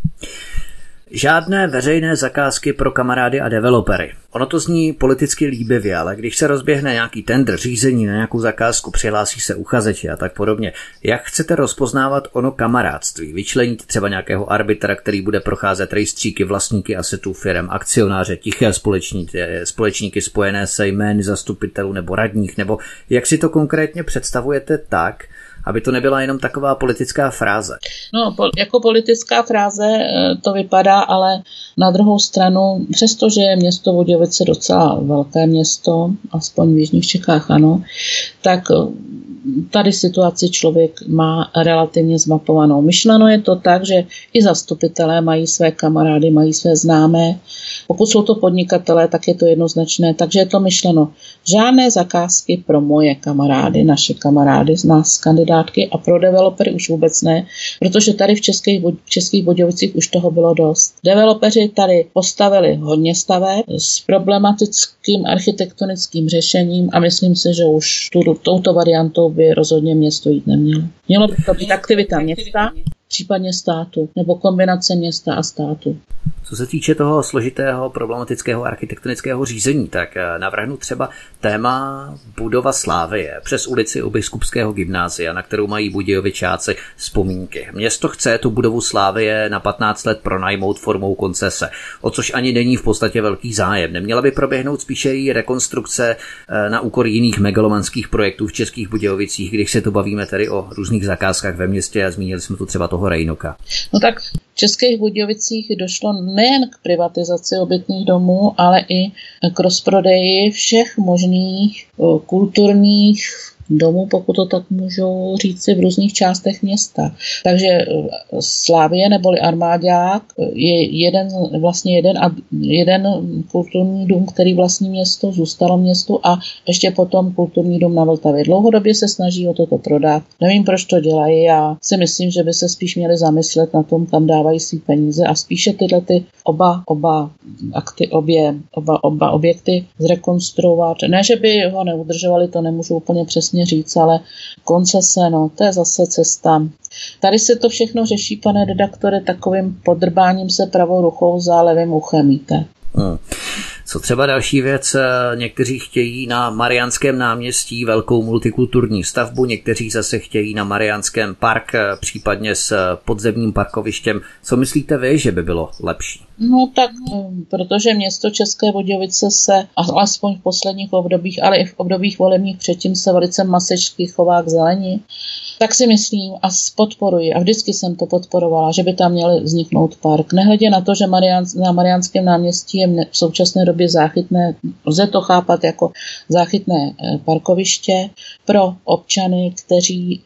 Žádné veřejné zakázky pro kamarády a developery. Ono to zní politicky líbivě, ale když se rozběhne nějaký tendr, řízení na nějakou zakázku, přihlásí se uchazeči a tak podobně, jak chcete rozpoznávat ono kamarádství? Vyčlenit třeba nějakého arbitra, který bude procházet rejstříky vlastníky asetů firem, akcionáře, tiché společníky, společníky spojené se jmény zastupitelů nebo radních, nebo jak si to konkrétně představujete tak, aby to nebyla jenom taková politická fráze. No, po, jako politická fráze to vypadá, ale na druhou stranu, přestože je město Budějovice docela velké město, aspoň v jižních Čechách, ano, tak tady situaci člověk má relativně zmapovanou. Myšleno je to tak, že i zastupitelé mají své kamarády, mají své známé. Pokud jsou to podnikatelé, tak je to jednoznačné. Takže je to myšleno. Žádné zakázky pro moje kamarády, naše kamarády z nás kandidátky a pro developery už vůbec ne, protože tady v Českých, v Českých Budějovicích už toho bylo dost. Developeři tady postavili hodně staveb s problematickým architektonickým řešením a myslím si, že už tu, touto variantou by rozhodně město jít nemělo. Mělo by to být aktivita města, případně státu, nebo kombinace města a státu. Co se týče toho složitého problematického architektonického řízení, tak navrhnu třeba téma budova Slávie přes ulici u Biskupského gymnázia, na kterou mají Budějovičáci vzpomínky. Město chce tu budovu Slávie na patnáct let pronajmout formou koncese, o což ani není v podstatě velký zájem. Neměla by proběhnout spíše její rekonstrukce na úkor jiných megalomanských projektů v Českých Budějovicích, když se tu bavíme tedy o různých zakázkách ve městě a zmínili jsme tu třeba toho Rejnoka. No tak v Českých Budějovicích došlo nejen k privatizaci obytných domů, ale i k rozprodeji všech možných kulturních domů, pokud to tak můžu říci, v různých částech města. Takže Slávie neboli Armáďák je jeden, vlastně jeden, jeden kulturní dům, který vlastní město, zůstalo městu a ještě potom kulturní dům na Vltavě. Dlouhodobě se snaží o toto prodat. Nevím, proč to dělají. Já si myslím, že by se spíš měli zamyslet na tom, kam dávají svý peníze a spíše tyhle ty oba, oba, akty, obě, oba, oba objekty zrekonstruovat. Ne, že by ho neudržovali, to nemůžu úplně přesně říct, ale koncese, no, to je zase cesta. Tady se to všechno řeší, pane redaktore, takovým podrbáním se pravou rukou za levým uchem, víte. Hmm. Co třeba další věc, někteří chtějí na Mariánském náměstí velkou multikulturní stavbu, někteří zase chtějí na Mariánském park, případně s podzemním parkovištěm. Co myslíte vy, že by bylo lepší? No tak, protože město České Budějovice se, alespoň v posledních obdobích, ale i v obdobích volebních předtím se velice masičky chová k zelení, tak si myslím a podporuji, a vždycky jsem to podporovala, že by tam měl vzniknout park. Nehledě na to, že Marián, na Mariánském náměstí je v současné době záchytné, lze to chápat jako záchytné parkoviště pro občany, kteří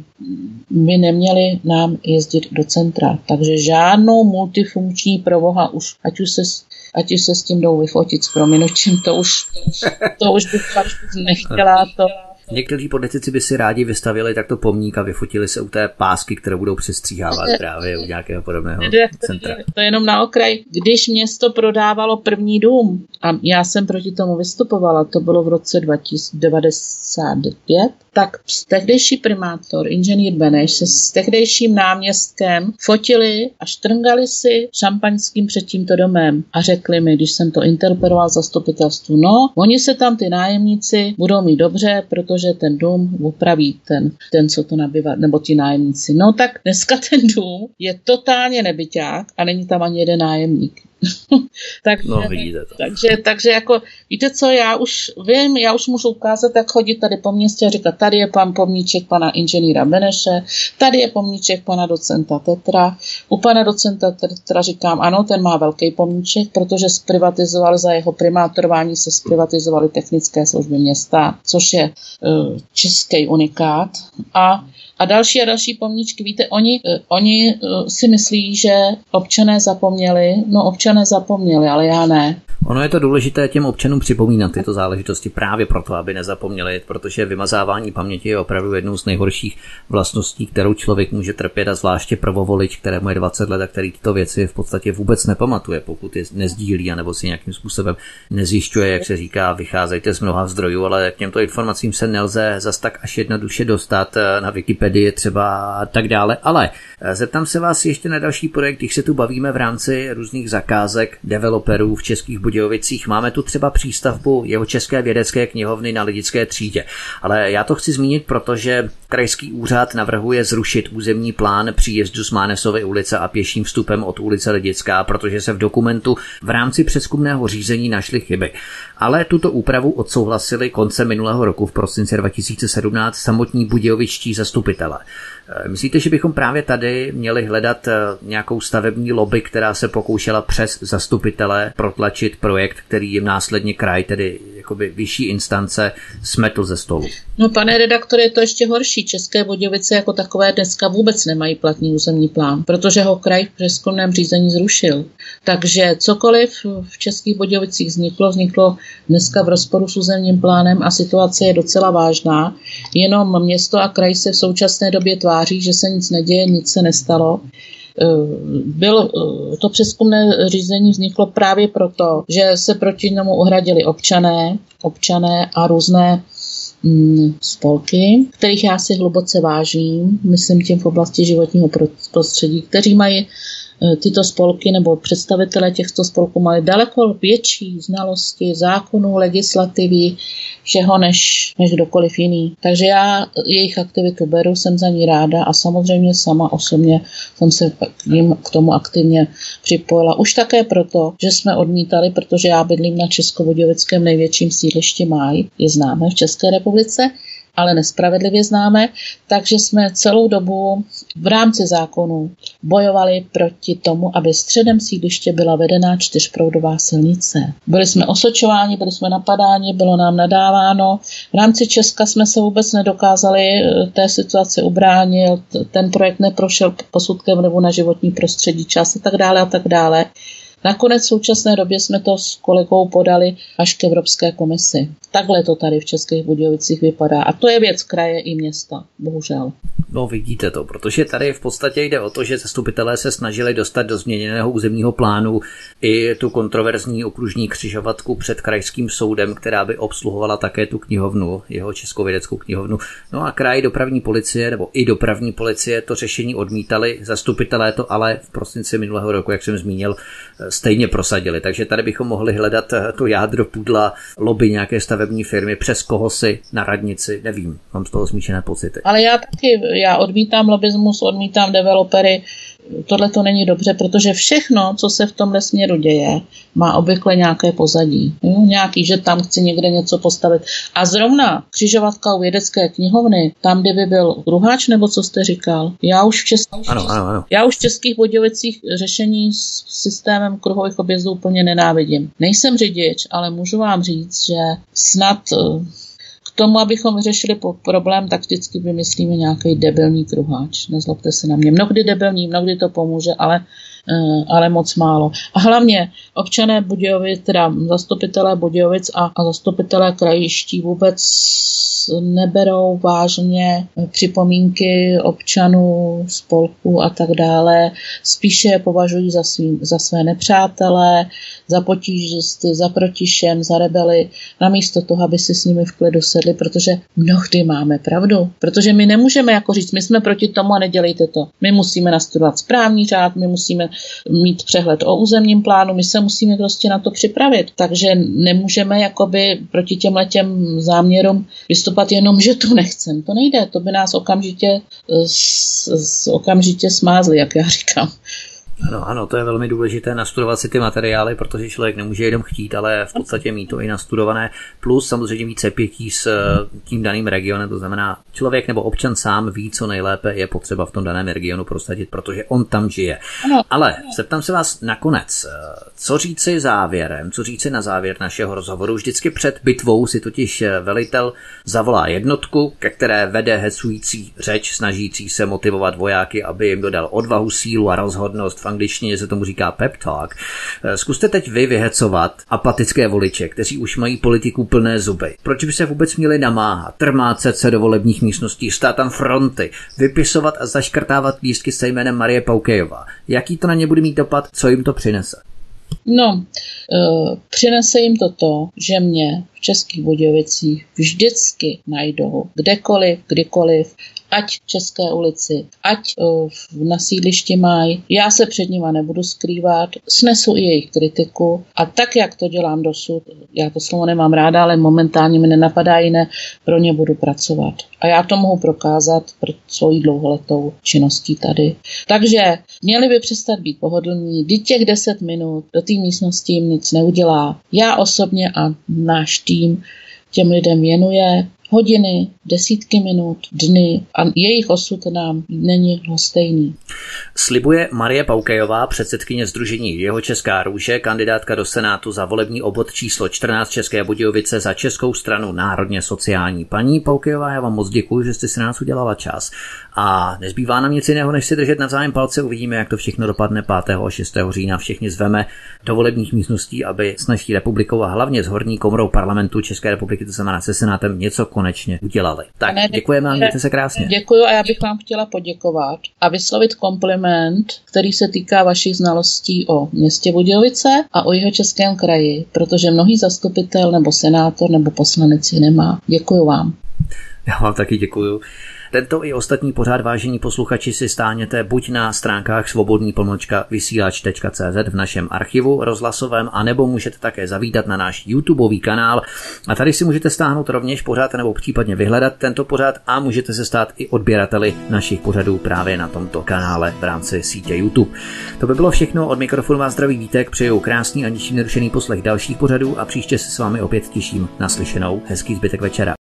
by neměli nám jezdit do centra. Takže žádnou multifunkční provoha už, ať už se ať už se s tím jdou vyfotit s prominutím, to už, to už bych fakt nechtěla to. Někteří politici by si rádi vystavili takto pomník a vyfotili se u té pásky, které budou přestříhávat právě u nějakého podobného centra. To je jenom na okraj. Když město prodávalo první dům, a já jsem proti tomu vystupovala, to bylo v roce dva tisíce devadesát pět, tak tehdejší primátor, inženýr Beneš, se s tehdejším náměstkem fotili a štrngali si šampaňským před tímto domem a řekli mi, když jsem to interpeloval zastupitelstvu, no, oni se tam ty nájemníci budou mít dobře, protože ten dům upraví ten, ten co to nabývá, nebo ti nájemníci. No tak dneska ten dům je totálně nebyťák a není tam ani jeden nájemník. tak, no, vidíte to. Takže, takže jako, víte co, já už vím, já už můžu ukázat, jak chodit tady po městě a říkat, tady je pan pomníček pana inženýra Beneše, tady je pomníček pana docenta Tetra. U pana docenta Tetra říkám, ano, ten má velký pomníček, protože zprivatizoval za jeho primátorování se zprivatizovaly technické služby města, což je uh, český unikát. A A další a další pomníčky, víte, oni, oni si myslí, že občané zapomněli, no občané zapomněli, ale já ne. Ono je to důležité těm občanům připomínat tyto záležitosti právě proto, aby nezapomněli, protože vymazávání paměti je opravdu jednou z nejhorších vlastností, kterou člověk může trpět, a zvláště prvovolič, kterému je dvacet let a který tyto věci v podstatě vůbec nepamatuje, pokud je nezdílí anebo si nějakým způsobem nezjišťuje, jak se říká, vycházejte z mnoha zdrojů, ale k těmto informacím se nelze zas tak až jednoduše dostat na Wikipedii třeba a tak dále. Ale zeptám se vás ještě na další projekt, když se tu bavíme v rámci různých zakázek developerů v Českých Budějovicích. Máme tu třeba přístavbu Jihočeské vědecké knihovny na Lidické třídě. Ale já to chci zmínit, protože krajský úřad navrhuje zrušit územní plán příjezdu z Mánesovy ulice a pěším vstupem od ulice Lidická, protože se v dokumentu v rámci přezkumného řízení našly chyby. Ale tuto úpravu odsouhlasili koncem minulého roku v prosinci dva tisíce sedmnáct samotní budějovičtí zastupitelé. Myslíte, že bychom právě tady měli hledat nějakou stavební lobby, která se pokoušela přes zastupitele protlačit projekt, který jim následně kraj, tedy jakoby vyšší instance, smetl ze stolu? No, pane redaktore, je to ještě horší. České Budějovice jako takové dneska vůbec nemají platný územní plán, protože ho kraj v přezkumném řízení zrušil. Takže cokoliv v Českých Budějovicích vzniklo, vzniklo dneska v rozporu s územním plánem a situace je docela vážná. Jenom město a kraj se v současné době tváří, že se nic neděje, nic se nestalo. Bylo, to přezkumné řízení vzniklo právě proto, že se proti němu ohradili občané, občané a různé mm, spolky, kterých já si hluboce vážím, myslím tím v oblasti životního prostředí, kteří mají tyto spolky nebo představitelé těchto spolků mají daleko větší znalosti zákonů, legislativy, všeho než, než kdokoliv jiný. Takže já jejich aktivitu beru, jsem za ní ráda a samozřejmě sama osobně jsem se k ním k tomu aktivně připojila. Už také proto, že jsme odmítali, protože já bydlím na Českobudějovickém největším sídlišti Máj, je známé v České republice, ale nespravedlivě známe, takže jsme celou dobu v rámci zákonu bojovali proti tomu, aby středem sídliště byla vedená čtyřproudová silnice. Byli jsme osočováni, byli jsme napadáni, bylo nám nadáváno. V rámci Česka jsme se vůbec nedokázali té situaci ubránit, ten projekt neprošel posudkem vlivu na životní prostředí, čas a tak dále a tak dále. Nakonec v současné době jsme to s kolegou podali až k Evropské komisi. Takhle to tady v Českých Budějovicích vypadá. A to je věc kraje i města, bohužel. No vidíte to, protože tady v podstatě jde o to, že zastupitelé se snažili dostat do změněného územního plánu i tu kontroverzní okružní křižovatku před krajským soudem, která by obsluhovala také tu knihovnu, jeho Českou vědeckou knihovnu. No a kraj, dopravní policie nebo i dopravní policie to řešení odmítali, zastupitelé to ale v prosinci minulého roku, jak jsem zmínil, stejně prosadili. Takže tady bychom mohli hledat to jádro pudla, lobby nějaké stavební firmy, přes koho si na radnici, nevím, mám z toho smíšené pocity. Ale já taky, já odmítám lobismus, odmítám developery, tohle to není dobře, protože všechno, co se v tomhle směru děje, má obvykle nějaké pozadí. Jo? Nějaký, že tam chci někde něco postavit. A zrovna křižovatka u vědecké knihovny, tam, kde by byl Kruháč, nebo co jste říkal, já už v, Česk- ano, ano, ano. Já už v Českých Budějovicích řešení s systémem kruhových objezdů úplně nenávidím. Nejsem řidič, ale můžu vám říct, že snad k tomu, abychom vyřešili problém, tak vždycky vymyslíme nějaký debilní kruháč. Nezlobte se na mě. Mnohdy debilní, mnohdy to pomůže, ale, ale moc málo. A hlavně občané Budějovic, teda zastupitelé Budějovic a, a zastupitelé krajiští vůbec neberou vážně připomínky občanů, spolků a tak dále. Spíše je považují za, svý, za své nepřátelé, za potížisty, za protišem, za rebely, namísto toho, aby si s nimi v klidu sedli, protože mnohdy máme pravdu. Protože my nemůžeme jako říct, my jsme proti tomu a nedělejte to. My musíme nastudovat správní řád, my musíme mít přehled o územním plánu, my se musíme prostě na to připravit. Takže nemůžeme jakoby proti těmhletěm záměrům vystupovat jenom, že to nechcem. To nejde, to by nás okamžitě, s, s, okamžitě smázli, jak já říkám. Ano, ano, to je velmi důležité nastudovat si ty materiály, protože člověk nemůže jenom chtít, ale v podstatě mít to i nastudované, plus samozřejmě více pětí s tím daným regionem, to znamená člověk nebo občan sám ví, co nejlépe je potřeba v tom daném regionu prosadit, protože on tam žije. Ano. Ale zeptám se vás nakonec, co říci závěrem, co říci na závěr našeho rozhovoru. Vždycky před bitvou si totiž velitel zavolá jednotku, ke které vede hecující řeč, snažící se motivovat vojáky, aby jim dodal odvahu, sílu a rozhodnost. V angličtině se tomu říká pep talk. Zkuste teď vy vyhecovat apatické voliče, kteří už mají politiku plné zuby. Proč by se vůbec měli namáhat, trmácet se do volebních místností, stát tam fronty, vypisovat a zaškrtávat lístky se jménem Marie Paukejová? Jaký to na ně bude mít dopad, co jim to přinese? No, e, přinese jim to to, že mě v Českých Budějovicích vždycky najdou kdekoliv, kdykoliv ať v České ulici, ať na sídlišti mají. Já se před nima nebudu skrývat, snesu i jejich kritiku a tak, jak to dělám dosud, já to slovo nemám ráda, ale momentálně mi nenapadá jiné, pro ně budu pracovat. A já to mohu prokázat pro svojí dlouholetou činností tady. Takže měli by přestat být pohodlní. Vždyť těch deset minut do té místnosti jim nic neudělá. Já osobně a náš tým těm lidem věnuje hodiny, desítky minut, dny a jejich osud nám není lhostejný. Slibuje Marie Paukejová, předsedkyně sdružení Jihočeská růže, kandidátka do Senátu za volební obvod číslo čtrnáct České Budějovice za Českou stranu národně sociální. Paní Paukejová, já vám moc děkuji, že jste si nás udělala čas. A nezbývá nám nic jiného, než si držet navzájem palce. Uvidíme, jak to všechno dopadne pátého a šestého října. Všichni zveme do volebních místností, aby s naší republikou a hlavně s horní komorou parlamentu České republiky, to znamená se Senátem, něco konečně udělali. Tak, ne, děkujeme a mějte se krásně. Děkuji a já bych vám chtěla poděkovat a vyslovit kompliment, který se týká vašich znalostí o městě Budějovice a o Jihočeském kraji, protože mnohý zastupitel nebo senátor nebo poslanec ji nemá. Děkuji vám. Já vám taky děkuju. Tento i ostatní pořád, vážení posluchači, si stáhněte buď na stránkách svobodný pomlčka vysílač tečka cé zet v našem archivu rozhlasovém, anebo můžete také zavítat na náš YouTubeový kanál. A tady si můžete stáhnout rovněž pořád nebo případně vyhledat tento pořád a můžete se stát i odběrateli našich pořadů právě na tomto kanále v rámci sítě YouTube. To by bylo všechno, od mikrofonu vás zdraví Vítek, přeju krásný a ničím nerušený poslech dalších pořadů a příště se s vámi opět těším na slyšenou. Hezký zbytek večera.